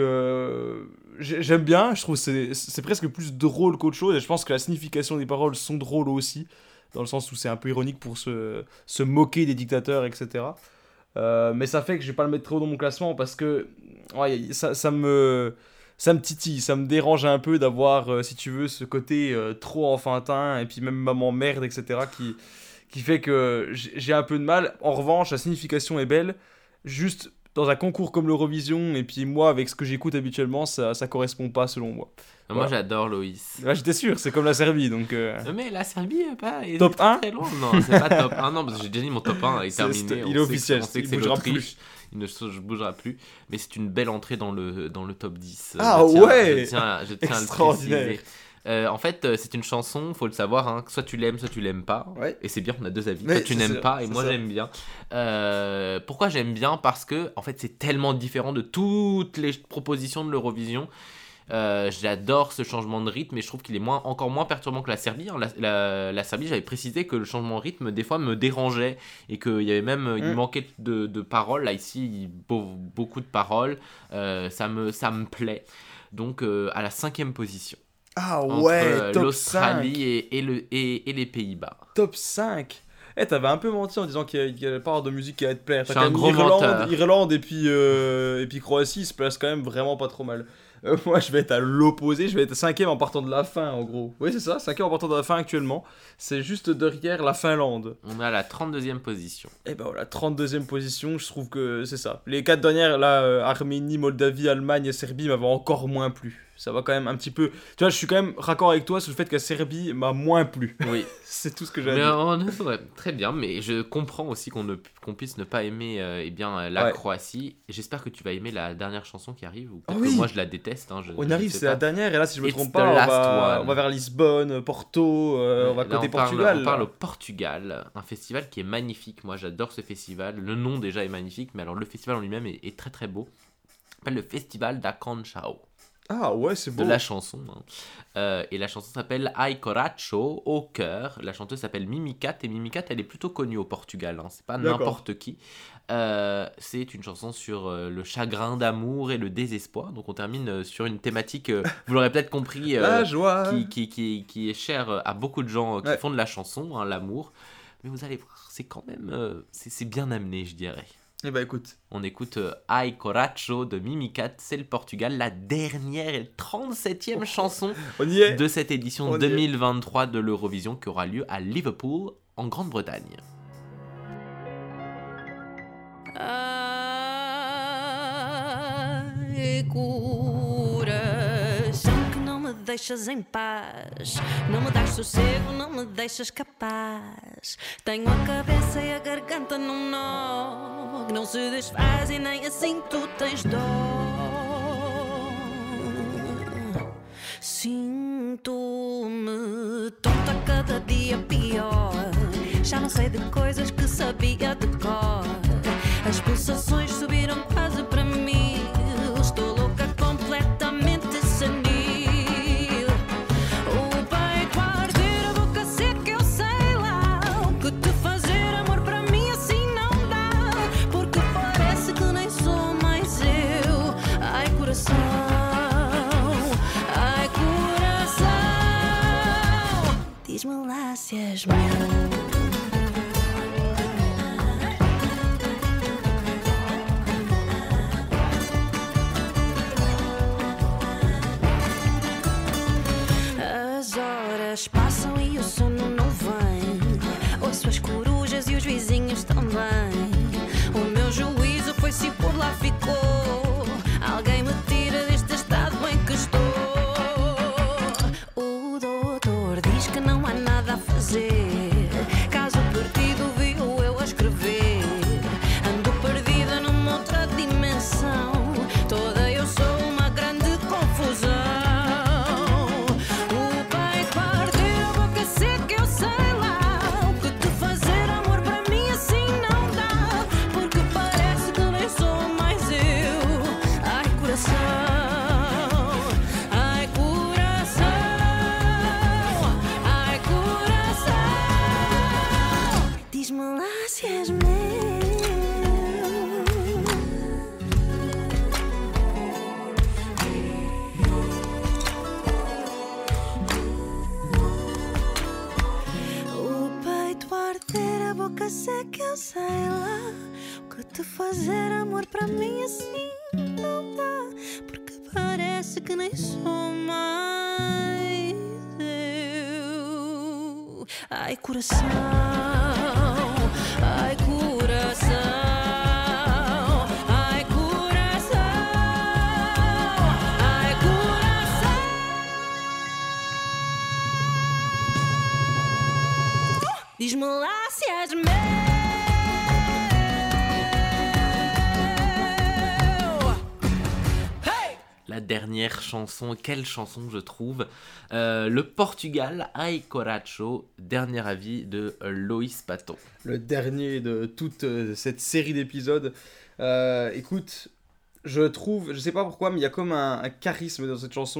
Speaker 11: j'aime bien, je trouve que c'est presque plus drôle qu'autre chose, et je pense que la signification des paroles sont drôles aussi, dans le sens où c'est un peu ironique pour se moquer des dictateurs, etc. Mais ça fait que je vais pas le mettre trop dans mon classement, parce que ouais, ça me titille, ça me dérange un peu d'avoir, si tu veux, ce côté trop enfantin, et puis même Maman Merde, etc., qui fait que j'ai un peu de mal. En revanche, la signification est belle. Juste, dans un concours comme l'Eurovision, et puis moi, avec ce que j'écoute habituellement, ça correspond pas selon moi.
Speaker 10: Moi, voilà. J'adore Loïs.
Speaker 11: Là, j'étais sûr, c'est comme la Serbie, donc...
Speaker 10: Mais la Serbie, est
Speaker 11: top 1
Speaker 10: très loin. Non, c'est pas top 1, non, parce que j'ai déjà dit mon top 1 est terminé.
Speaker 11: Il est officiel,
Speaker 10: on sait que
Speaker 11: il
Speaker 10: c'est
Speaker 11: bougera
Speaker 10: l'Autriche. Il ne bougera plus. Mais c'est une belle entrée dans le top 10.
Speaker 11: Ah ouais,
Speaker 10: je tiens à le préciser. En fait, c'est une chanson, faut le savoir, hein, soit tu l'aimes, soit tu l'aimes pas. Ouais. Et c'est bien, on a deux avis. Toi, tu n'aimes pas, et moi, j'aime bien. Pourquoi j'aime bien? Parce que, en fait, c'est tellement différent de toutes les propositions de l'Eurovision. J'adore ce changement de rythme, et je trouve qu'il est encore moins perturbant que la Serbie. Hein. La Serbie, j'avais précisé que le changement de rythme, des fois, me dérangeait, et qu'il y avait même, il manquait de paroles. Là, ici, beaucoup de paroles. Ça me plaît. Donc, à la 5e position.
Speaker 11: Ah ouais,
Speaker 10: entre
Speaker 11: top
Speaker 10: l'Australie 5. Et les Pays-Bas.
Speaker 11: Top 5. T'avais un peu menti en disant qu'il y a la part de musique qui allait te plaire.
Speaker 10: T'as un gros menteur.
Speaker 11: Irlande et puis Croatie se place quand même vraiment pas trop mal. Moi, je vais être à l'opposé, je vais être 5e en partant de la fin, en gros. Oui, c'est ça, 5e en partant de la fin actuellement. C'est juste derrière la Finlande.
Speaker 10: On est à la 32e position.
Speaker 11: Et ben voilà, 32e position, je trouve que c'est ça. Les 4 dernières, là, Arménie, Moldavie, Allemagne et Serbie m'avaient encore moins plu. Ça va quand même un petit peu... Tu vois, je suis quand même raccord avec toi sur le fait que la Serbie m'a moins plu.
Speaker 10: Oui.
Speaker 11: C'est tout ce que j'ai à dire.
Speaker 10: Ouais, très bien, mais je comprends aussi qu'on puisse ne pas aimer la Croatie. J'espère que tu vas aimer la dernière chanson qui arrive, ou peut-être que moi je la déteste. Hein,
Speaker 11: on arrive, c'est la dernière, et là si je me trompe pas, on va vers Lisbonne, Porto, on va côté Portugal.
Speaker 10: On parle au Portugal, un festival qui est magnifique. Moi j'adore ce festival, le nom déjà est magnifique, mais alors le festival en lui-même est très très beau. Il s'appelle le Festival da Canção.
Speaker 11: Ah ouais, c'est beau.
Speaker 10: De la chanson. Hein. Et la chanson s'appelle Ai Coração, au cœur. La chanteuse s'appelle Mimikat, et Mimikat, elle est plutôt connue au Portugal. Hein. C'est pas n'importe qui. C'est une chanson sur le chagrin d'amour et le désespoir. Donc on termine sur une thématique, vous l'aurez peut-être compris,
Speaker 11: la joie.
Speaker 10: Qui est chère à beaucoup de gens qui font de la chanson, hein, l'amour. Mais vous allez voir, c'est quand même c'est bien amené, je dirais.
Speaker 11: Eh ben écoute.
Speaker 10: On écoute Ai Coração de Mimikat, c'est le Portugal, la dernière et 37e chanson de cette édition 2023 de l'Eurovision qui aura lieu à Liverpool, en Grande-Bretagne.
Speaker 4: Ai coração que não me
Speaker 14: deixas em paz. Não me dás sossego, não me deixas capaz. Tenho a cabeça e a garganta num nó que não se desfaz e nem assim tu tens dó. Sinto-me tonta cada dia pior. Já não sei de coisas que sabia de cor. As pulsações subiram quase para mim. Estou louca, completamente senil. O peito a arder, a boca seca, eu sei lá o que te fazer. Amor para mim assim não dá, porque parece que nem sou mais eu. Ai coração, ai coração, diz-me lá se és meu. Passam e o sono não vem. Ouço as corujas e os vizinhos também. O meu juízo foi-se por lá ficou. Alguém me tira deste estado em que estou. O doutor diz que não há nada a fazer. Caso perdido viu eu a escrever. Ando perdida numa outra dimensão. Toda eu sou uma grande confusão. Sei que eu sei lá o que te fazer. Amor para mim assim não dá, porque parece que nem sou mais eu. Ai coração, ai coração, ai coração, ai coração. Diz-me lá se és meu.
Speaker 10: La dernière chanson, quelle chanson je trouve, le Portugal, Ai Coracho, dernier avis de Loïs Paton.
Speaker 11: Le dernier de toute cette série d'épisodes. Écoute, je trouve, je sais pas pourquoi, mais il y a comme un charisme dans cette chanson.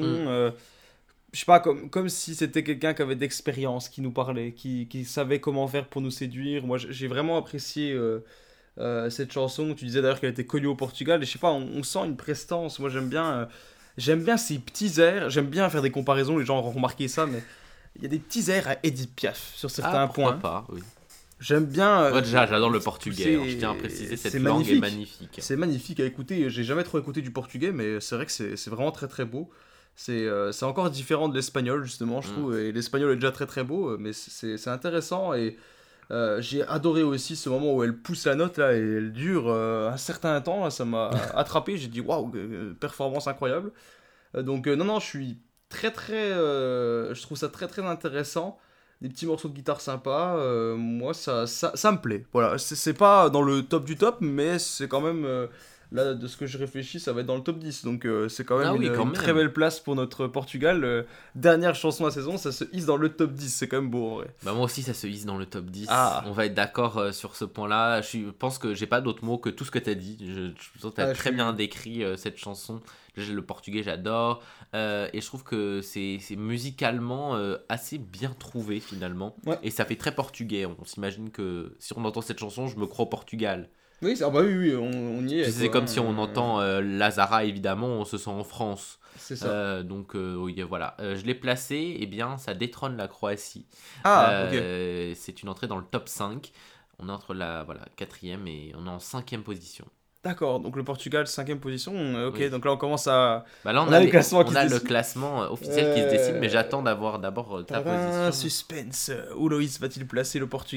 Speaker 11: Je sais pas, comme si c'était quelqu'un qui avait d'expérience, qui nous parlait, qui savait comment faire pour nous séduire. Moi, j'ai vraiment apprécié cette chanson. Tu disais d'ailleurs qu'elle était connue au Portugal. Et je sais pas, on sent une prestance. Moi, j'aime bien ces petits airs. J'aime bien faire des comparaisons. Les gens auront remarqué ça, mais il y a des petits airs à Edith Piaf sur certains points.
Speaker 10: Pas, oui.
Speaker 11: J'aime bien.
Speaker 10: Moi, déjà, j'adore le portugais. Je tiens à préciser, cette langue est magnifique.
Speaker 11: C'est magnifique à écouter. J'ai jamais trop écouté du portugais, mais c'est vrai que c'est vraiment très très beau. C'est encore différent de l'espagnol, justement, je trouve. Et l'espagnol est déjà très très beau, mais c'est intéressant. Et j'ai adoré aussi ce moment où elle pousse la note, là, et elle dure un certain temps. Là, ça m'a attrapé. J'ai dit, waouh, performance incroyable. Donc, non, je suis très très. Je trouve ça très très intéressant. Des petits morceaux de guitare sympas. Moi, ça me plaît. Voilà, c'est pas dans le top du top, mais c'est quand même. Là, de ce que je réfléchis, ça va être dans le top 10. Donc, c'est quand même une très belle place pour notre Portugal. Dernière chanson de la saison, ça se hisse dans le top 10. C'est quand même beau, en vrai.
Speaker 10: Bah, moi aussi, ça se hisse dans le top 10.
Speaker 11: Ah.
Speaker 10: On va être d'accord sur ce point-là. Je pense que j'ai pas d'autres mots que tout ce que tu as dit. Je pense que tu as très bien décrit cette chanson. Le portugais, j'adore. Et je trouve que c'est musicalement assez bien trouvé, finalement.
Speaker 11: Ouais.
Speaker 10: Et ça fait très portugais. On s'imagine que si on entend cette chanson, je me crois au Portugal.
Speaker 11: Oui, oui, on y est.
Speaker 10: C'est comme si on entend Lazara, évidemment, on se sent en France.
Speaker 11: C'est ça.
Speaker 10: Donc, oui, voilà. Je l'ai placé, eh bien, ça détrône la Croatie.
Speaker 11: Ah, ok.
Speaker 10: C'est une entrée dans le top 5. On est entre la 4e et on est en 5e position.
Speaker 11: D'accord, donc le Portugal, 5e position. Ok,
Speaker 10: oui.
Speaker 11: Donc là, on commence à.
Speaker 10: Bah là, on a le classement officiel qui se dessine, mais j'attends d'avoir d'abord ta position.
Speaker 11: Suspense. Où Loïs va-t-il placer le Portugal ?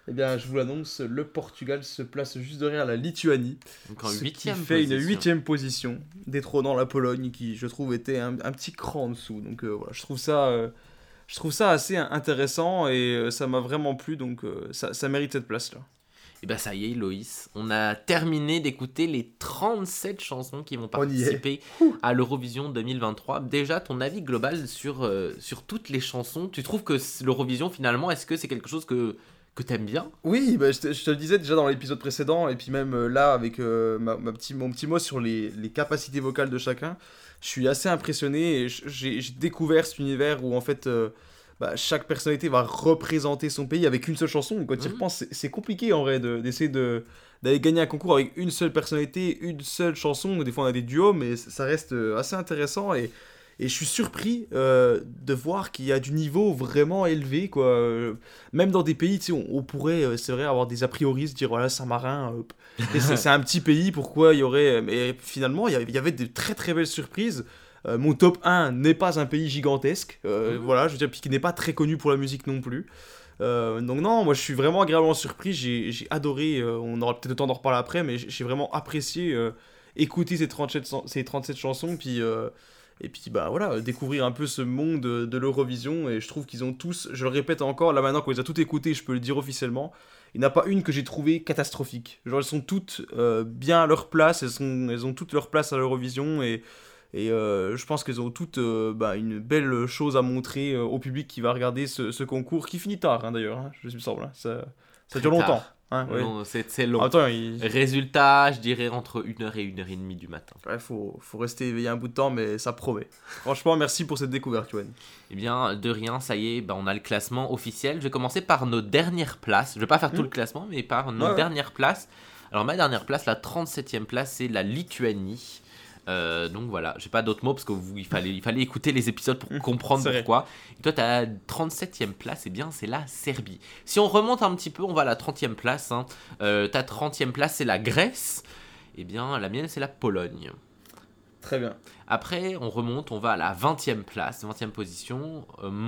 Speaker 11: Eh bien, je vous l'annonce, le Portugal se place juste derrière la Lituanie.
Speaker 10: Donc en
Speaker 11: ce qui
Speaker 10: 8e
Speaker 11: fait une
Speaker 10: position.
Speaker 11: 8e position, détrônant la Pologne qui, je trouve, était un petit cran en dessous. Donc voilà, je trouve ça assez intéressant et ça m'a vraiment plu, donc ça mérite cette place-là.
Speaker 10: Et bah ça y est Loïs, on a terminé d'écouter les 37 chansons qui vont participer à l'Eurovision 2023. Déjà ton avis global sur toutes les chansons, tu trouves que l'Eurovision finalement, est-ce que c'est quelque chose que t'aimes bien ?
Speaker 11: Oui, bah, je te le disais déjà dans l'épisode précédent, et puis même là avec mon petit mot sur les capacités vocales de chacun, je suis assez impressionné et j'ai découvert cet univers où en fait chaque personnalité va représenter son pays avec une seule chanson. Donc, quand tu y repenses, c'est compliqué en vrai d'essayer d'aller gagner un concours avec une seule personnalité, une seule chanson. Des fois on a des duos, mais ça reste assez intéressant et je suis surpris de voir qu'il y a du niveau vraiment élevé, quoi. Même dans des pays, tu sais, on pourrait, c'est vrai, avoir des a priori, se dire, voilà, Saint-Marin, c'est un petit pays, pourquoi il y aurait... Mais finalement, il y avait de très très belles surprises. Mon top 1 n'est pas un pays gigantesque, voilà, je veux dire, puis qui n'est pas très connu pour la musique non plus. Donc non, moi je suis vraiment agréablement surpris, j'ai adoré, on aura peut-être le temps d'en reparler après, mais j'ai vraiment apprécié écouter ces 37 chansons, puis... Et puis bah voilà, découvrir un peu ce monde de l'Eurovision, et je trouve qu'ils ont tous, je le répète encore, là maintenant qu'on les a toutes écoutées, je peux le dire officiellement, il n'y en a pas une que j'ai trouvée catastrophique. Genre elles sont toutes bien à leur place, elles ont toutes leur place à l'Eurovision, et je pense qu'elles ont toutes une belle chose à montrer au public qui va regarder ce concours, qui finit tard d'ailleurs, je me semble, ça dure longtemps. Ouais.
Speaker 10: Non, c'est long.
Speaker 11: Attends,
Speaker 10: Résultat, je dirais entre 1h et 1h30 du matin.
Speaker 11: Ouais, faut rester éveillé un bout de temps, mais ça promet. Franchement, merci pour cette découverte, Yoann.
Speaker 10: Eh bien, de rien, ça y est, on a le classement officiel. Je vais commencer par nos dernières places. Je vais pas faire tout le classement, mais par nos dernières places. Alors, ma dernière place, la 37e place, c'est la Lituanie. Donc voilà, j'ai pas d'autres mots parce qu'il fallait écouter les épisodes pour comprendre pourquoi. Et toi, ta 37e place, eh bien, c'est la Serbie. Si on remonte un petit peu, on va à la 30e place. Ta 30e place, c'est la Grèce. Eh bien, la mienne, c'est la Pologne.
Speaker 11: Très bien.
Speaker 10: Après, on remonte, on va à la 20e place, 20e position.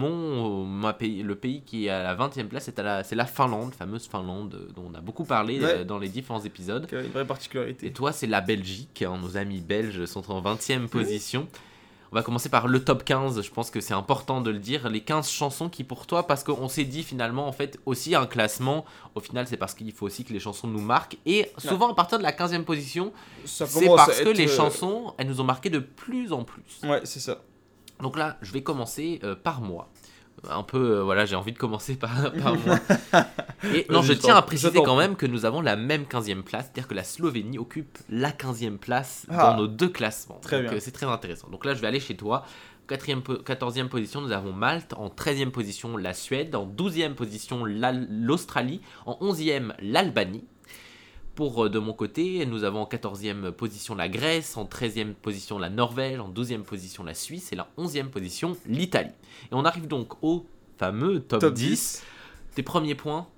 Speaker 10: Le pays qui est à la 20e place, c'est la Finlande, fameuse Finlande dont on a beaucoup parlé dans les différents épisodes.
Speaker 11: Qui a une vraie particularité.
Speaker 10: Et toi, c'est la Belgique. Nos amis belges sont en 20e position. On va commencer par le top 15, je pense que c'est important de le dire, les 15 chansons qui pour toi, parce qu'on s'est dit finalement en fait aussi un classement, au final c'est parce qu'il faut aussi que les chansons nous marquent, et souvent à partir de la 15e position, c'est parce que les chansons, elles nous ont marqué de plus en plus.
Speaker 11: Ouais, c'est ça.
Speaker 10: Donc là, je vais commencer par moi. Un peu, j'ai envie de commencer par moi. Et non, je tiens à préciser quand même que nous avons la même 15e place, c'est-à-dire que la Slovénie occupe la 15e place dans nos deux classements.
Speaker 11: Très
Speaker 10: donc
Speaker 11: bien.
Speaker 10: C'est très intéressant. Donc là, je vais aller chez toi. 14e position, nous avons Malte. En 13e position, la Suède. En 12e position, l'Australie. En 11e, l'Albanie. De mon côté, nous avons en 14e position la Grèce, en 13e position la Norvège, en 12e position la Suisse et la 11e position l'Italie. Et on arrive donc au fameux top 10. Tes premiers points,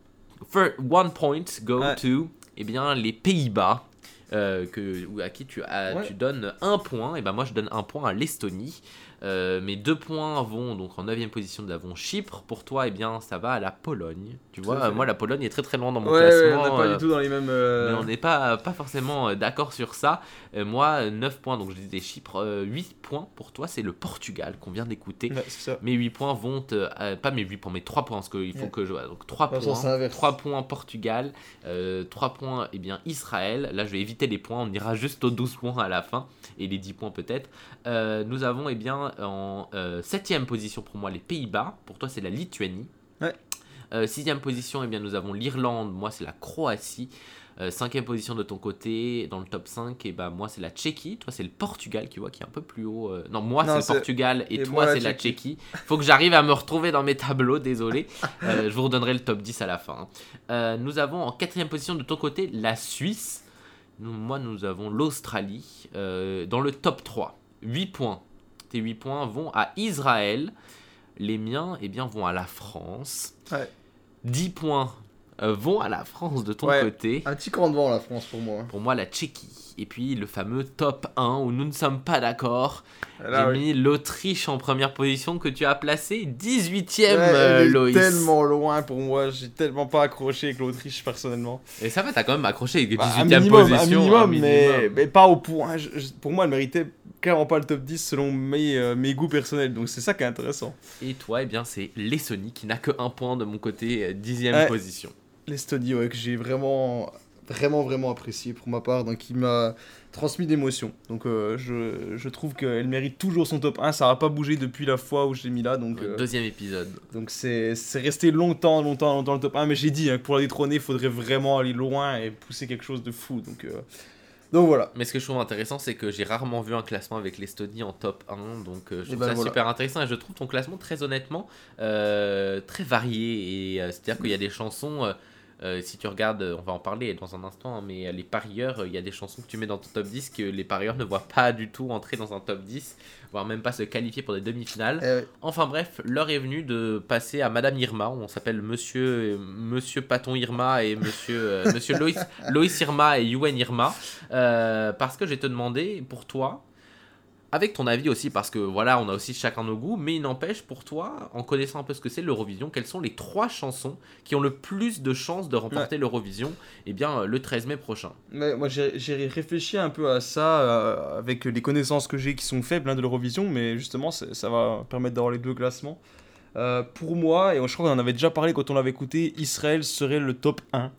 Speaker 10: 1 point go to les Pays-Bas, à qui tu donnes 1 point. Et ben moi je donne 1 point à l'Estonie. Mes 2 points vont donc en 9e position, nous avons Chypre. Pour toi, ça va à la Pologne. Tu vois, moi la Pologne est très très loin dans mon classement.
Speaker 11: On n'est pas du tout dans les mêmes.
Speaker 10: Mais on n'est pas forcément d'accord sur ça. Moi, 9 points, donc je disais Chypre. 8 points pour toi, c'est le Portugal qu'on vient d'écouter.
Speaker 11: Ouais, c'est ça.
Speaker 10: Mes 8 points vont. Pas mes 8 points, mais 3 points, parce qu'il faut que je vois. Donc 3 points. 3 points Portugal. 3 points, Israël. Là, je vais éviter les points. On ira juste aux 12 points à la fin. Et les 10 points peut-être. Nous avons, en 7e position pour moi les Pays-Bas, pour toi c'est la Lituanie. 6e position, nous avons l'Irlande, moi c'est la Croatie. 5e position de ton côté, dans le top 5, moi c'est la Tchéquie, toi c'est le Portugal qui est un peu plus haut. Non, moi c'est le Portugal et toi c'est la Tchéquie. Faut que j'arrive à me retrouver dans mes tableaux, désolé. Je vous redonnerai le top 10 à la fin. Nous avons en 4e position de ton côté la Suisse. Nous avons l'Australie. Dans le top 3, 8 points. Tes 8 points vont à Israël. Les miens vont à la France. 10 points vont à la France de ton
Speaker 11: Ouais,
Speaker 10: côté.
Speaker 11: un petit cran devant la France pour moi.
Speaker 10: Pour moi, la Tchéquie. Et puis le fameux top 1 où nous ne sommes pas d'accord.
Speaker 11: Là,
Speaker 10: J'ai
Speaker 11: oui.
Speaker 10: mis l'Autriche en première position que tu as placé 18ème,
Speaker 11: Ouais, elle est
Speaker 10: Loïs.
Speaker 11: tellement loin pour moi, j'ai tellement pas accroché avec l'Autriche personnellement.
Speaker 10: Et ça va, t'as quand même accroché avec 18ème
Speaker 11: Un minimum,
Speaker 10: position.
Speaker 11: un minimum. Mais pas au point. Pour moi, elle méritait clairement pas le top 10 selon mes goûts personnels, donc c'est ça qui est intéressant.
Speaker 10: Et toi, eh bien, c'est l'Estonie qui n'a que 1 point de mon côté, 10ème position.
Speaker 11: L'Estonie, ouais, que j'ai vraiment apprécié pour ma part, donc il m'a transmis d'émotions. Donc je trouve qu'elle mérite toujours son top 1, ça n'a pas bougé depuis la fois où je l'ai mis là. Donc,
Speaker 10: Deuxième épisode.
Speaker 11: Donc c'est resté longtemps le top 1, mais j'ai dit que pour la détrôner, il faudrait vraiment aller loin et pousser quelque chose de fou. Donc voilà.
Speaker 10: Mais ce que je trouve intéressant, c'est que j'ai rarement vu un classement avec l'Estonie en top 1, donc je trouve ça
Speaker 11: voilà.
Speaker 10: super intéressant et je trouve ton classement très honnêtement très varié. Et c'est-à-dire qu'il y a des chansons, si tu regardes, on va en parler dans un instant, hein, mais les parieurs, il y a des chansons que tu mets dans ton top 10 que les parieurs ne voient pas du tout entrer dans un top 10, voire même pas se qualifier pour des demi-finales. Enfin bref, l'heure est venue de passer à Madame Irma. On s'appelle Monsieur Paton Irma et Monsieur Loïs Irma et Yuen Irma, parce que je vais te demander pour toi, avec ton avis aussi, parce que voilà, on a aussi chacun nos goûts, mais il n'empêche pour toi, en connaissant un peu ce que c'est l'Eurovision, quelles sont les 3 chansons qui ont le plus de chances de remporter l'Eurovision, eh bien le 13 mai prochain.
Speaker 11: Mais moi j'ai réfléchi un peu à ça avec les connaissances que j'ai qui sont faibles de l'Eurovision, mais justement ça va permettre d'avoir les 2 classements. Pour moi, et je crois qu'on en avait déjà parlé quand on l'avait écouté, Israël serait le top 1.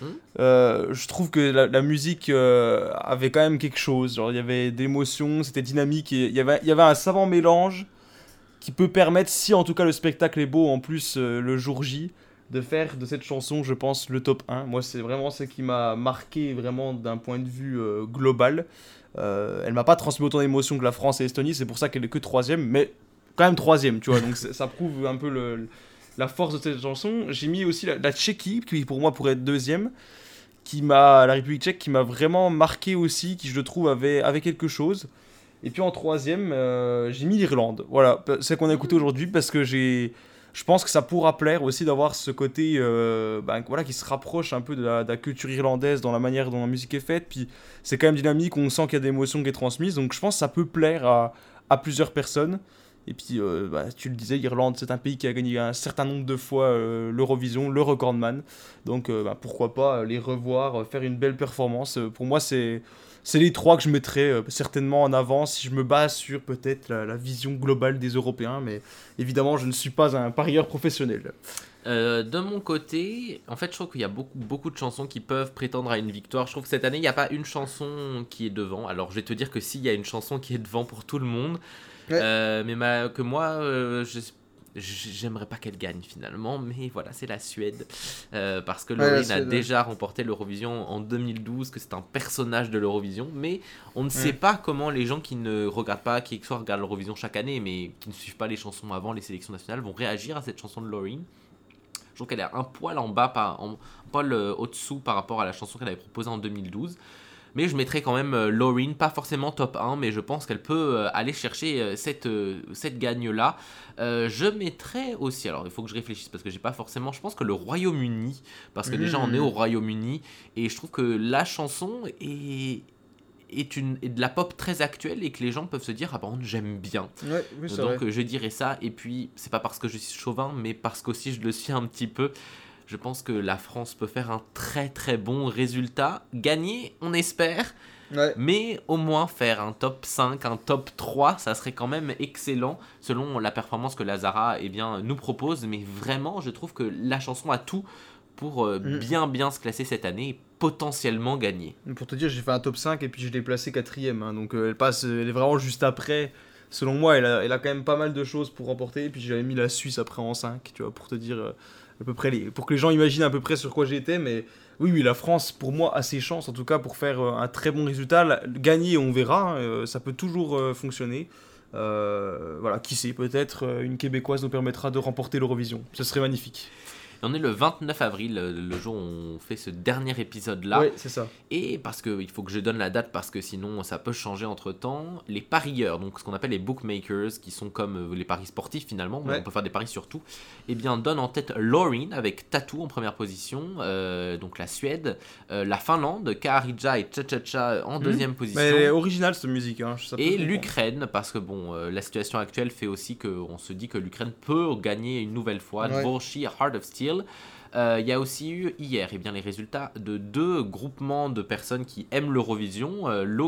Speaker 11: Je trouve que la musique avait quand même quelque chose, genre il y avait des émotions, c'était dynamique, et il y avait un savant mélange qui peut permettre, si en tout cas le spectacle est beau en plus le jour J, de faire de cette chanson, je pense, le top 1. Moi c'est vraiment ce qui m'a marqué vraiment d'un point de vue global. Elle m'a pas transmis autant d'émotions que la France et l'Estonie, c'est pour ça qu'elle est que 3ème, mais quand même 3ème, tu vois, donc ça prouve un peu la force de cette chanson. J'ai mis aussi la Tchéquie, qui pour moi pourrait être 2ème, la République tchèque, qui m'a vraiment marqué aussi, qui je trouve avait quelque chose. Et puis en 3ème, j'ai mis l'Irlande, voilà, celle qu'on a écoutée aujourd'hui, parce que je pense que ça pourra plaire aussi d'avoir ce côté voilà, qui se rapproche un peu de la culture irlandaise dans la manière dont la musique est faite, puis c'est quand même dynamique, on sent qu'il y a des émotions qui est transmise, donc je pense que ça peut plaire à plusieurs personnes. Et puis, tu le disais, l'Irlande, c'est un pays qui a gagné un certain nombre de fois l'Eurovision, le Recordman. Donc, pourquoi pas les revoir, faire une belle performance. Pour moi, c'est les 3 que je mettrais certainement en avant si je me base sur peut-être la vision globale des Européens. Mais évidemment, je ne suis pas un parieur professionnel.
Speaker 10: De mon côté, en fait, je trouve qu'il y a beaucoup de chansons qui peuvent prétendre à une victoire. Je trouve que cette année, il n'y a pas une chanson qui est devant. Alors, je vais te dire que s'il y a une chanson qui est devant pour tout le monde, mais que moi, j'aimerais pas qu'elle gagne finalement, mais voilà, c'est la Suède, parce que Loreen a déjà remporté l'Eurovision en 2012, que c'est un personnage de l'Eurovision, mais on ne sait pas comment les gens qui ne regardent pas, qui soit regardent l'Eurovision chaque année, mais qui ne suivent pas les chansons avant les sélections nationales, vont réagir à cette chanson de Loreen. Je trouve qu'elle est un poil en bas, un poil au-dessous par rapport à la chanson qu'elle avait proposée en 2012. Mais je mettrais quand même Loreen, pas forcément top 1, mais je pense qu'elle peut aller chercher cette gagne-là. Je mettrais aussi, alors il faut que je réfléchisse parce que j'ai pas forcément, je pense que le Royaume-Uni, parce que déjà on est au Royaume-Uni, et je trouve que la chanson est de la pop très actuelle et que les gens peuvent se dire, ah par contre j'aime bien.
Speaker 11: Ouais, oui, c'est
Speaker 10: donc
Speaker 11: vrai.
Speaker 10: je dirais ça, et puis c'est pas parce que je suis chauvin, mais parce qu'aussi je le suis un petit peu. Je pense que la France peut faire un très très bon résultat. Gagner, on espère, mais au moins faire un top 5, un top 3, ça serait quand même excellent selon la performance que Lazara nous propose. Mais vraiment, je trouve que la chanson a tout pour bien se classer cette année et potentiellement gagner.
Speaker 11: Pour te dire, j'ai fait un top 5 et puis je l'ai placé 4ème, donc elle est vraiment juste après. Selon moi, elle a quand même pas mal de choses pour remporter. Et puis j'avais mis la Suisse après en 5, tu vois, pour te dire à peu près pour que les gens imaginent à peu près sur quoi j'étais. Mais oui, la France, pour moi, a ses chances, en tout cas, pour faire un très bon résultat. Gagner, on verra, ça peut toujours fonctionner. Voilà, qui sait, peut-être une Québécoise nous permettra de remporter l'Eurovision. Ce serait magnifique.
Speaker 10: On est le 29 avril, le jour où on fait ce dernier épisode-là.
Speaker 11: Oui, c'est ça.
Speaker 10: Et parce qu'il faut que je donne la date, parce que sinon ça peut changer entre-temps, les parieurs, donc ce qu'on appelle les bookmakers, qui sont comme les paris sportifs finalement, mais on peut faire des paris sur tout, eh bien donnent en tête Loreen avec Tattoo en première position, donc la Suède, la Finlande, Kaarija et Cha-Cha-Cha en deuxième position.
Speaker 11: Mais elle est originale cette musique. Hein,
Speaker 10: et l'Ukraine, parce que la situation actuelle fait aussi qu'on se dit que l'Ukraine peut gagner une nouvelle fois, Dvorchi et Heart of Steel. Il y a aussi eu hier les résultats de 2 groupements de personnes qui aiment l'Eurovision,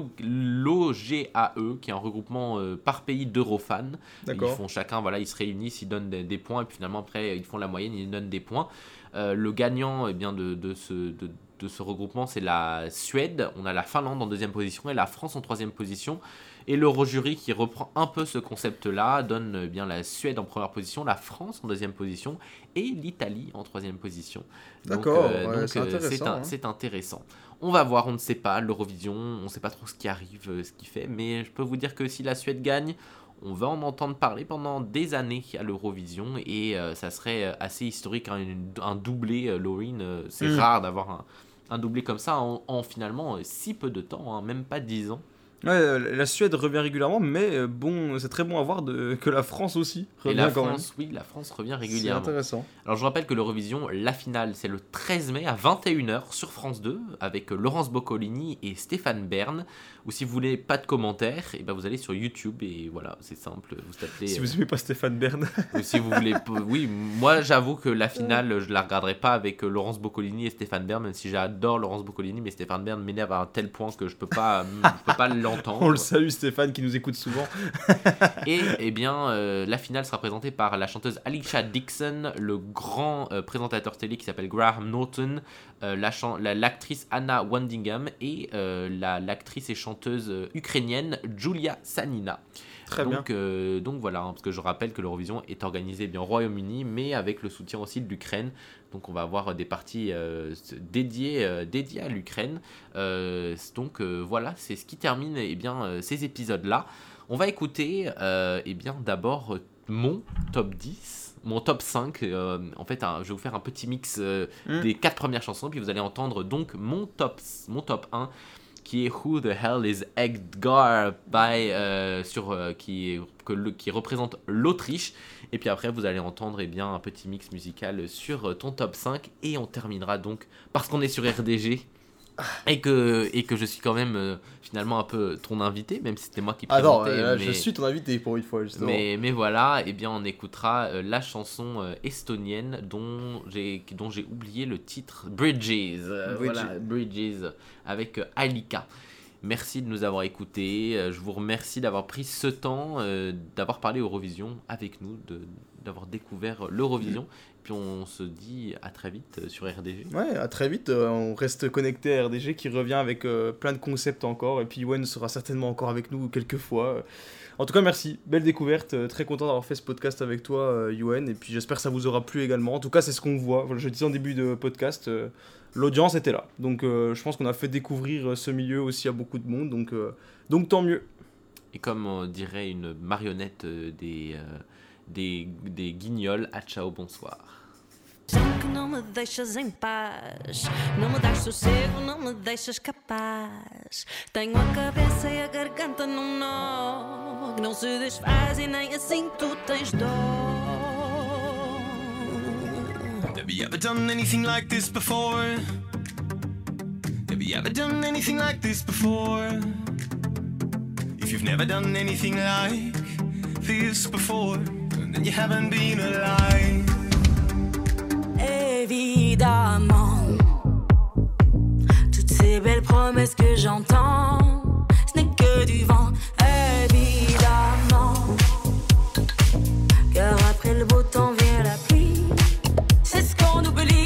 Speaker 10: l'OGAE qui est un regroupement par pays d'Eurofans. Ils font chacun, ils se réunissent, ils donnent des points et puis finalement après ils font la moyenne, ils donnent des points. Le gagnant de ce regroupement, c'est la Suède, on a la Finlande en deuxième position et la France en troisième position. Et l'Eurojury qui reprend un peu ce concept-là donne bien la Suède en première position, la France en deuxième position et l'Italie en troisième position.
Speaker 11: D'accord,
Speaker 10: c'est intéressant. On va voir, on ne sait pas, l'Eurovision, on ne sait pas trop ce qui arrive, ce qui fait, mais je peux vous dire que si la Suède gagne, on va en entendre parler pendant des années à l'Eurovision et ça serait assez historique, un doublé, Loreen, c'est rare d'avoir un doublé comme ça en finalement si peu de temps, même pas 10 ans.
Speaker 11: Ouais, la Suède revient régulièrement, mais bon, c'est très bon à voir que la France aussi revient
Speaker 10: la
Speaker 11: quand
Speaker 10: France,
Speaker 11: même.
Speaker 10: La France revient régulièrement.
Speaker 11: C'est intéressant.
Speaker 10: Alors je vous rappelle que l'Eurovision, la finale, c'est le 13 mai à 21h sur France 2 avec Laurence Boccolini et Stéphane Bern. Ou si vous voulez pas de commentaires, vous allez sur YouTube et voilà, c'est simple. Vous tapez.
Speaker 11: Si vous aimez pas Stéphane Bern.
Speaker 10: Ou si vous voulez, oui, moi j'avoue que la finale, je la regarderai pas avec Laurence Boccolini et Stéphane Bern, même si j'adore Laurence Boccolini, mais Stéphane Bern m'énerve à un tel point que je peux pas l'entendre.
Speaker 11: On le salue Stéphane qui nous écoute souvent.
Speaker 10: Et la finale sera présentée par la chanteuse Alicia Dixon, le grand présentateur télé qui s'appelle Graham Norton, l'actrice Anna Wandingham et l'actrice et chanteuse ukrainienne Julia Sanina.
Speaker 11: Très bien.
Speaker 10: Donc voilà, parce que je rappelle que l'Eurovision est organisée au Royaume-Uni, mais avec le soutien aussi de l'Ukraine. Donc on va avoir des parties dédiées à l'Ukraine. Voilà, c'est ce qui termine ces épisodes-là. On va écouter d'abord mon top 10. Mon top 5, en fait, je vais vous faire un petit mix des 4 premières chansons, puis vous allez entendre donc mon top 1, qui est Who the Hell is Edgar qui représente l'Autriche. Et puis après, vous allez entendre un petit mix musical sur ton top 5. Et on terminera donc, parce qu'on est sur RDG, et que je suis quand même finalement un peu ton invité, même si c'était moi qui présentais.
Speaker 11: Je suis ton invité pour une fois, justement.
Speaker 10: Mais voilà, on écoutera la chanson estonienne dont j'ai oublié le titre, Bridges. Voilà, Bridges, avec Alika. Merci de nous avoir écoutés. Je vous remercie d'avoir pris ce temps, d'avoir parlé Eurovision avec nous, d'avoir découvert l'Eurovision. Puis on se dit à très vite sur RDG.
Speaker 11: Ouais, à très vite. On reste connecté à RDG qui revient avec plein de concepts encore. Et puis Yoann sera certainement encore avec nous quelques fois. En tout cas, merci. Belle découverte. Très content d'avoir fait ce podcast avec toi, Yoann. Et puis j'espère que ça vous aura plu également. En tout cas, c'est ce qu'on voit. Je disais en début de podcast, l'audience était là. Donc je pense qu'on a fait découvrir ce milieu aussi à beaucoup de monde. Donc tant mieux.
Speaker 10: Et comme on dirait une marionnette des guignols, à ciao, bonsoir.
Speaker 14: Que não me deixas em paz, não me dás sossego, não me deixas capaz. Tenho a cabeça e a garganta num nó que não se desfaz e nem assim tu tens dó.
Speaker 13: Have you ever done anything like this before? Have you ever done anything like this before? If you've never done anything like this before, then you haven't been alive.
Speaker 15: Évidemment, toutes ces belles promesses que j'entends, ce n'est que du vent. Évidemment, car après le beau temps vient la pluie, c'est ce qu'on oublie.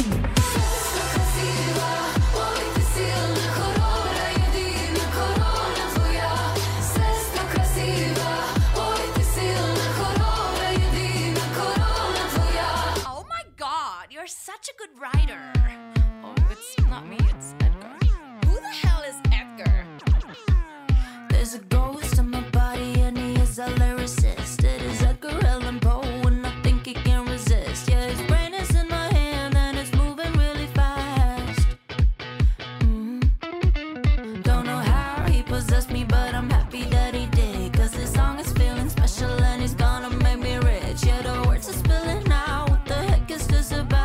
Speaker 16: You're such a good writer. Oh, it's not me, it's Edgar. Who the hell is Edgar?
Speaker 14: possess me, but I'm happy that he did. Cause this song is feeling special and it's gonna make me rich. Yeah, the words are spilling out. What the heck is this about?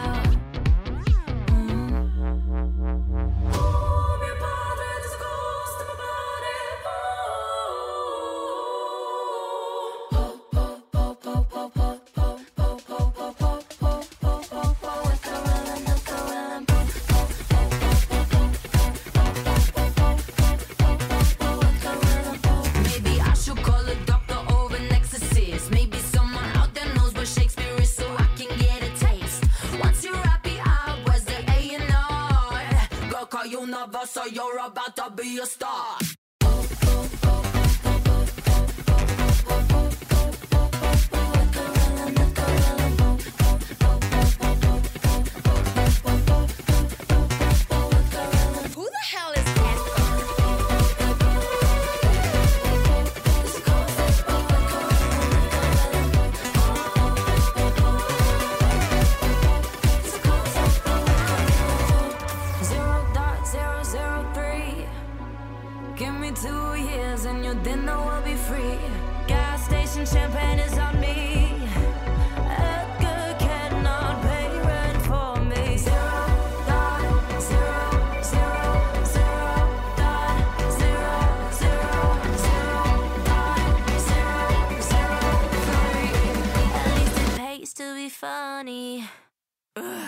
Speaker 16: So you're about to be a star.
Speaker 14: Who the hell is that? Give me 2 years and your dinner will be free. Gas station champagne is on me. Edgar cannot pay rent for me. 0.000.003. At least it pays to be funny. Ugh.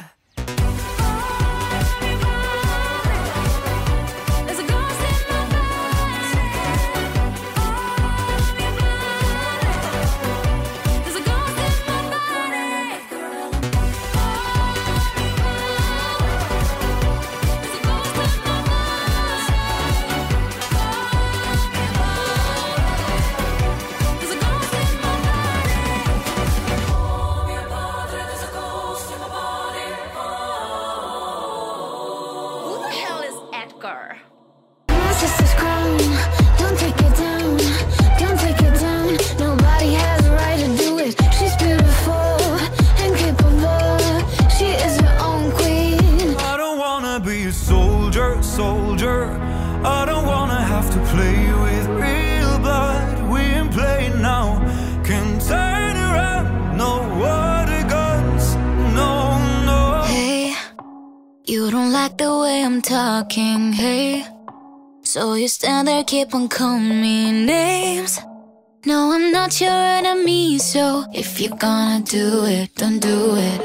Speaker 13: Soldier, I don't wanna have to play with real blood. We ain't playing now. Can turn around, no water guns, no, no.
Speaker 14: Hey, you don't like the way I'm talking, hey? So you stand there, keep on calling me names. No, I'm not your enemy, so if you're gonna do it, don't do it.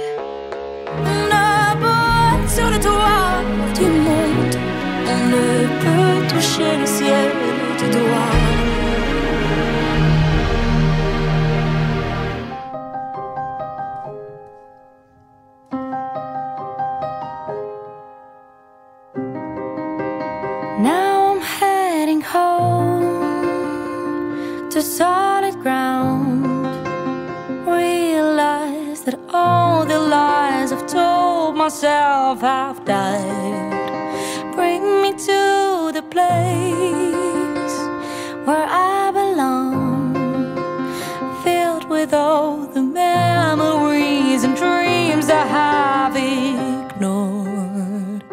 Speaker 14: Là-bas, sur le toit du monde, on ne peut toucher le ciel du doigt. Now I'm heading home to solid ground. Realize that all the lies I've told myself have died. Bring me to the place where I belong, filled with all the memories and dreams I have ignored.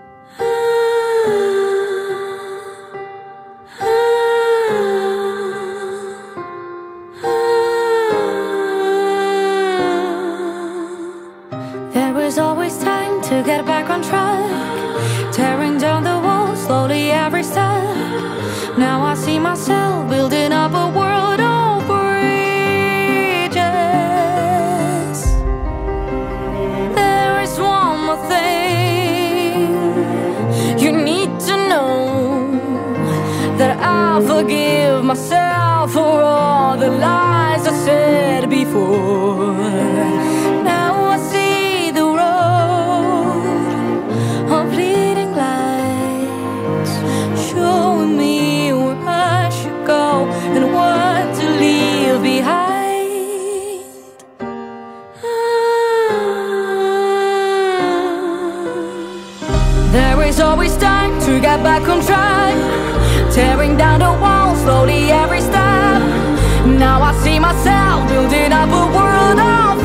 Speaker 14: There is always time to get back on track, tearing down the walls slowly every step. Now I see myself building up a world of bridges. There is one more thing you need to know, that I forgive myself for all the lies I said before. Now I see the road of leading lights, showing me where I should go and what to leave behind. There is always time to get back on track, tearing down the walls slowly every step. Now I see myself building up a world of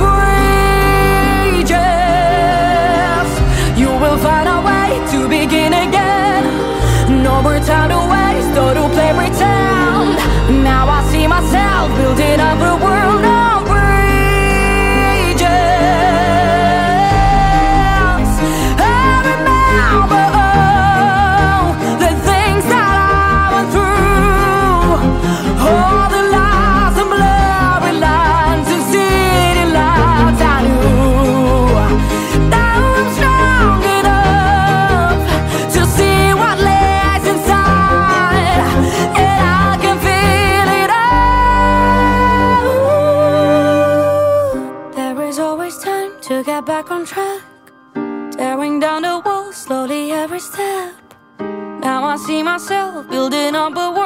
Speaker 14: bridges. You will find a way to begin again. No more time to waste, or get back on track. Tearing down the walls slowly every step. Now I see myself building up a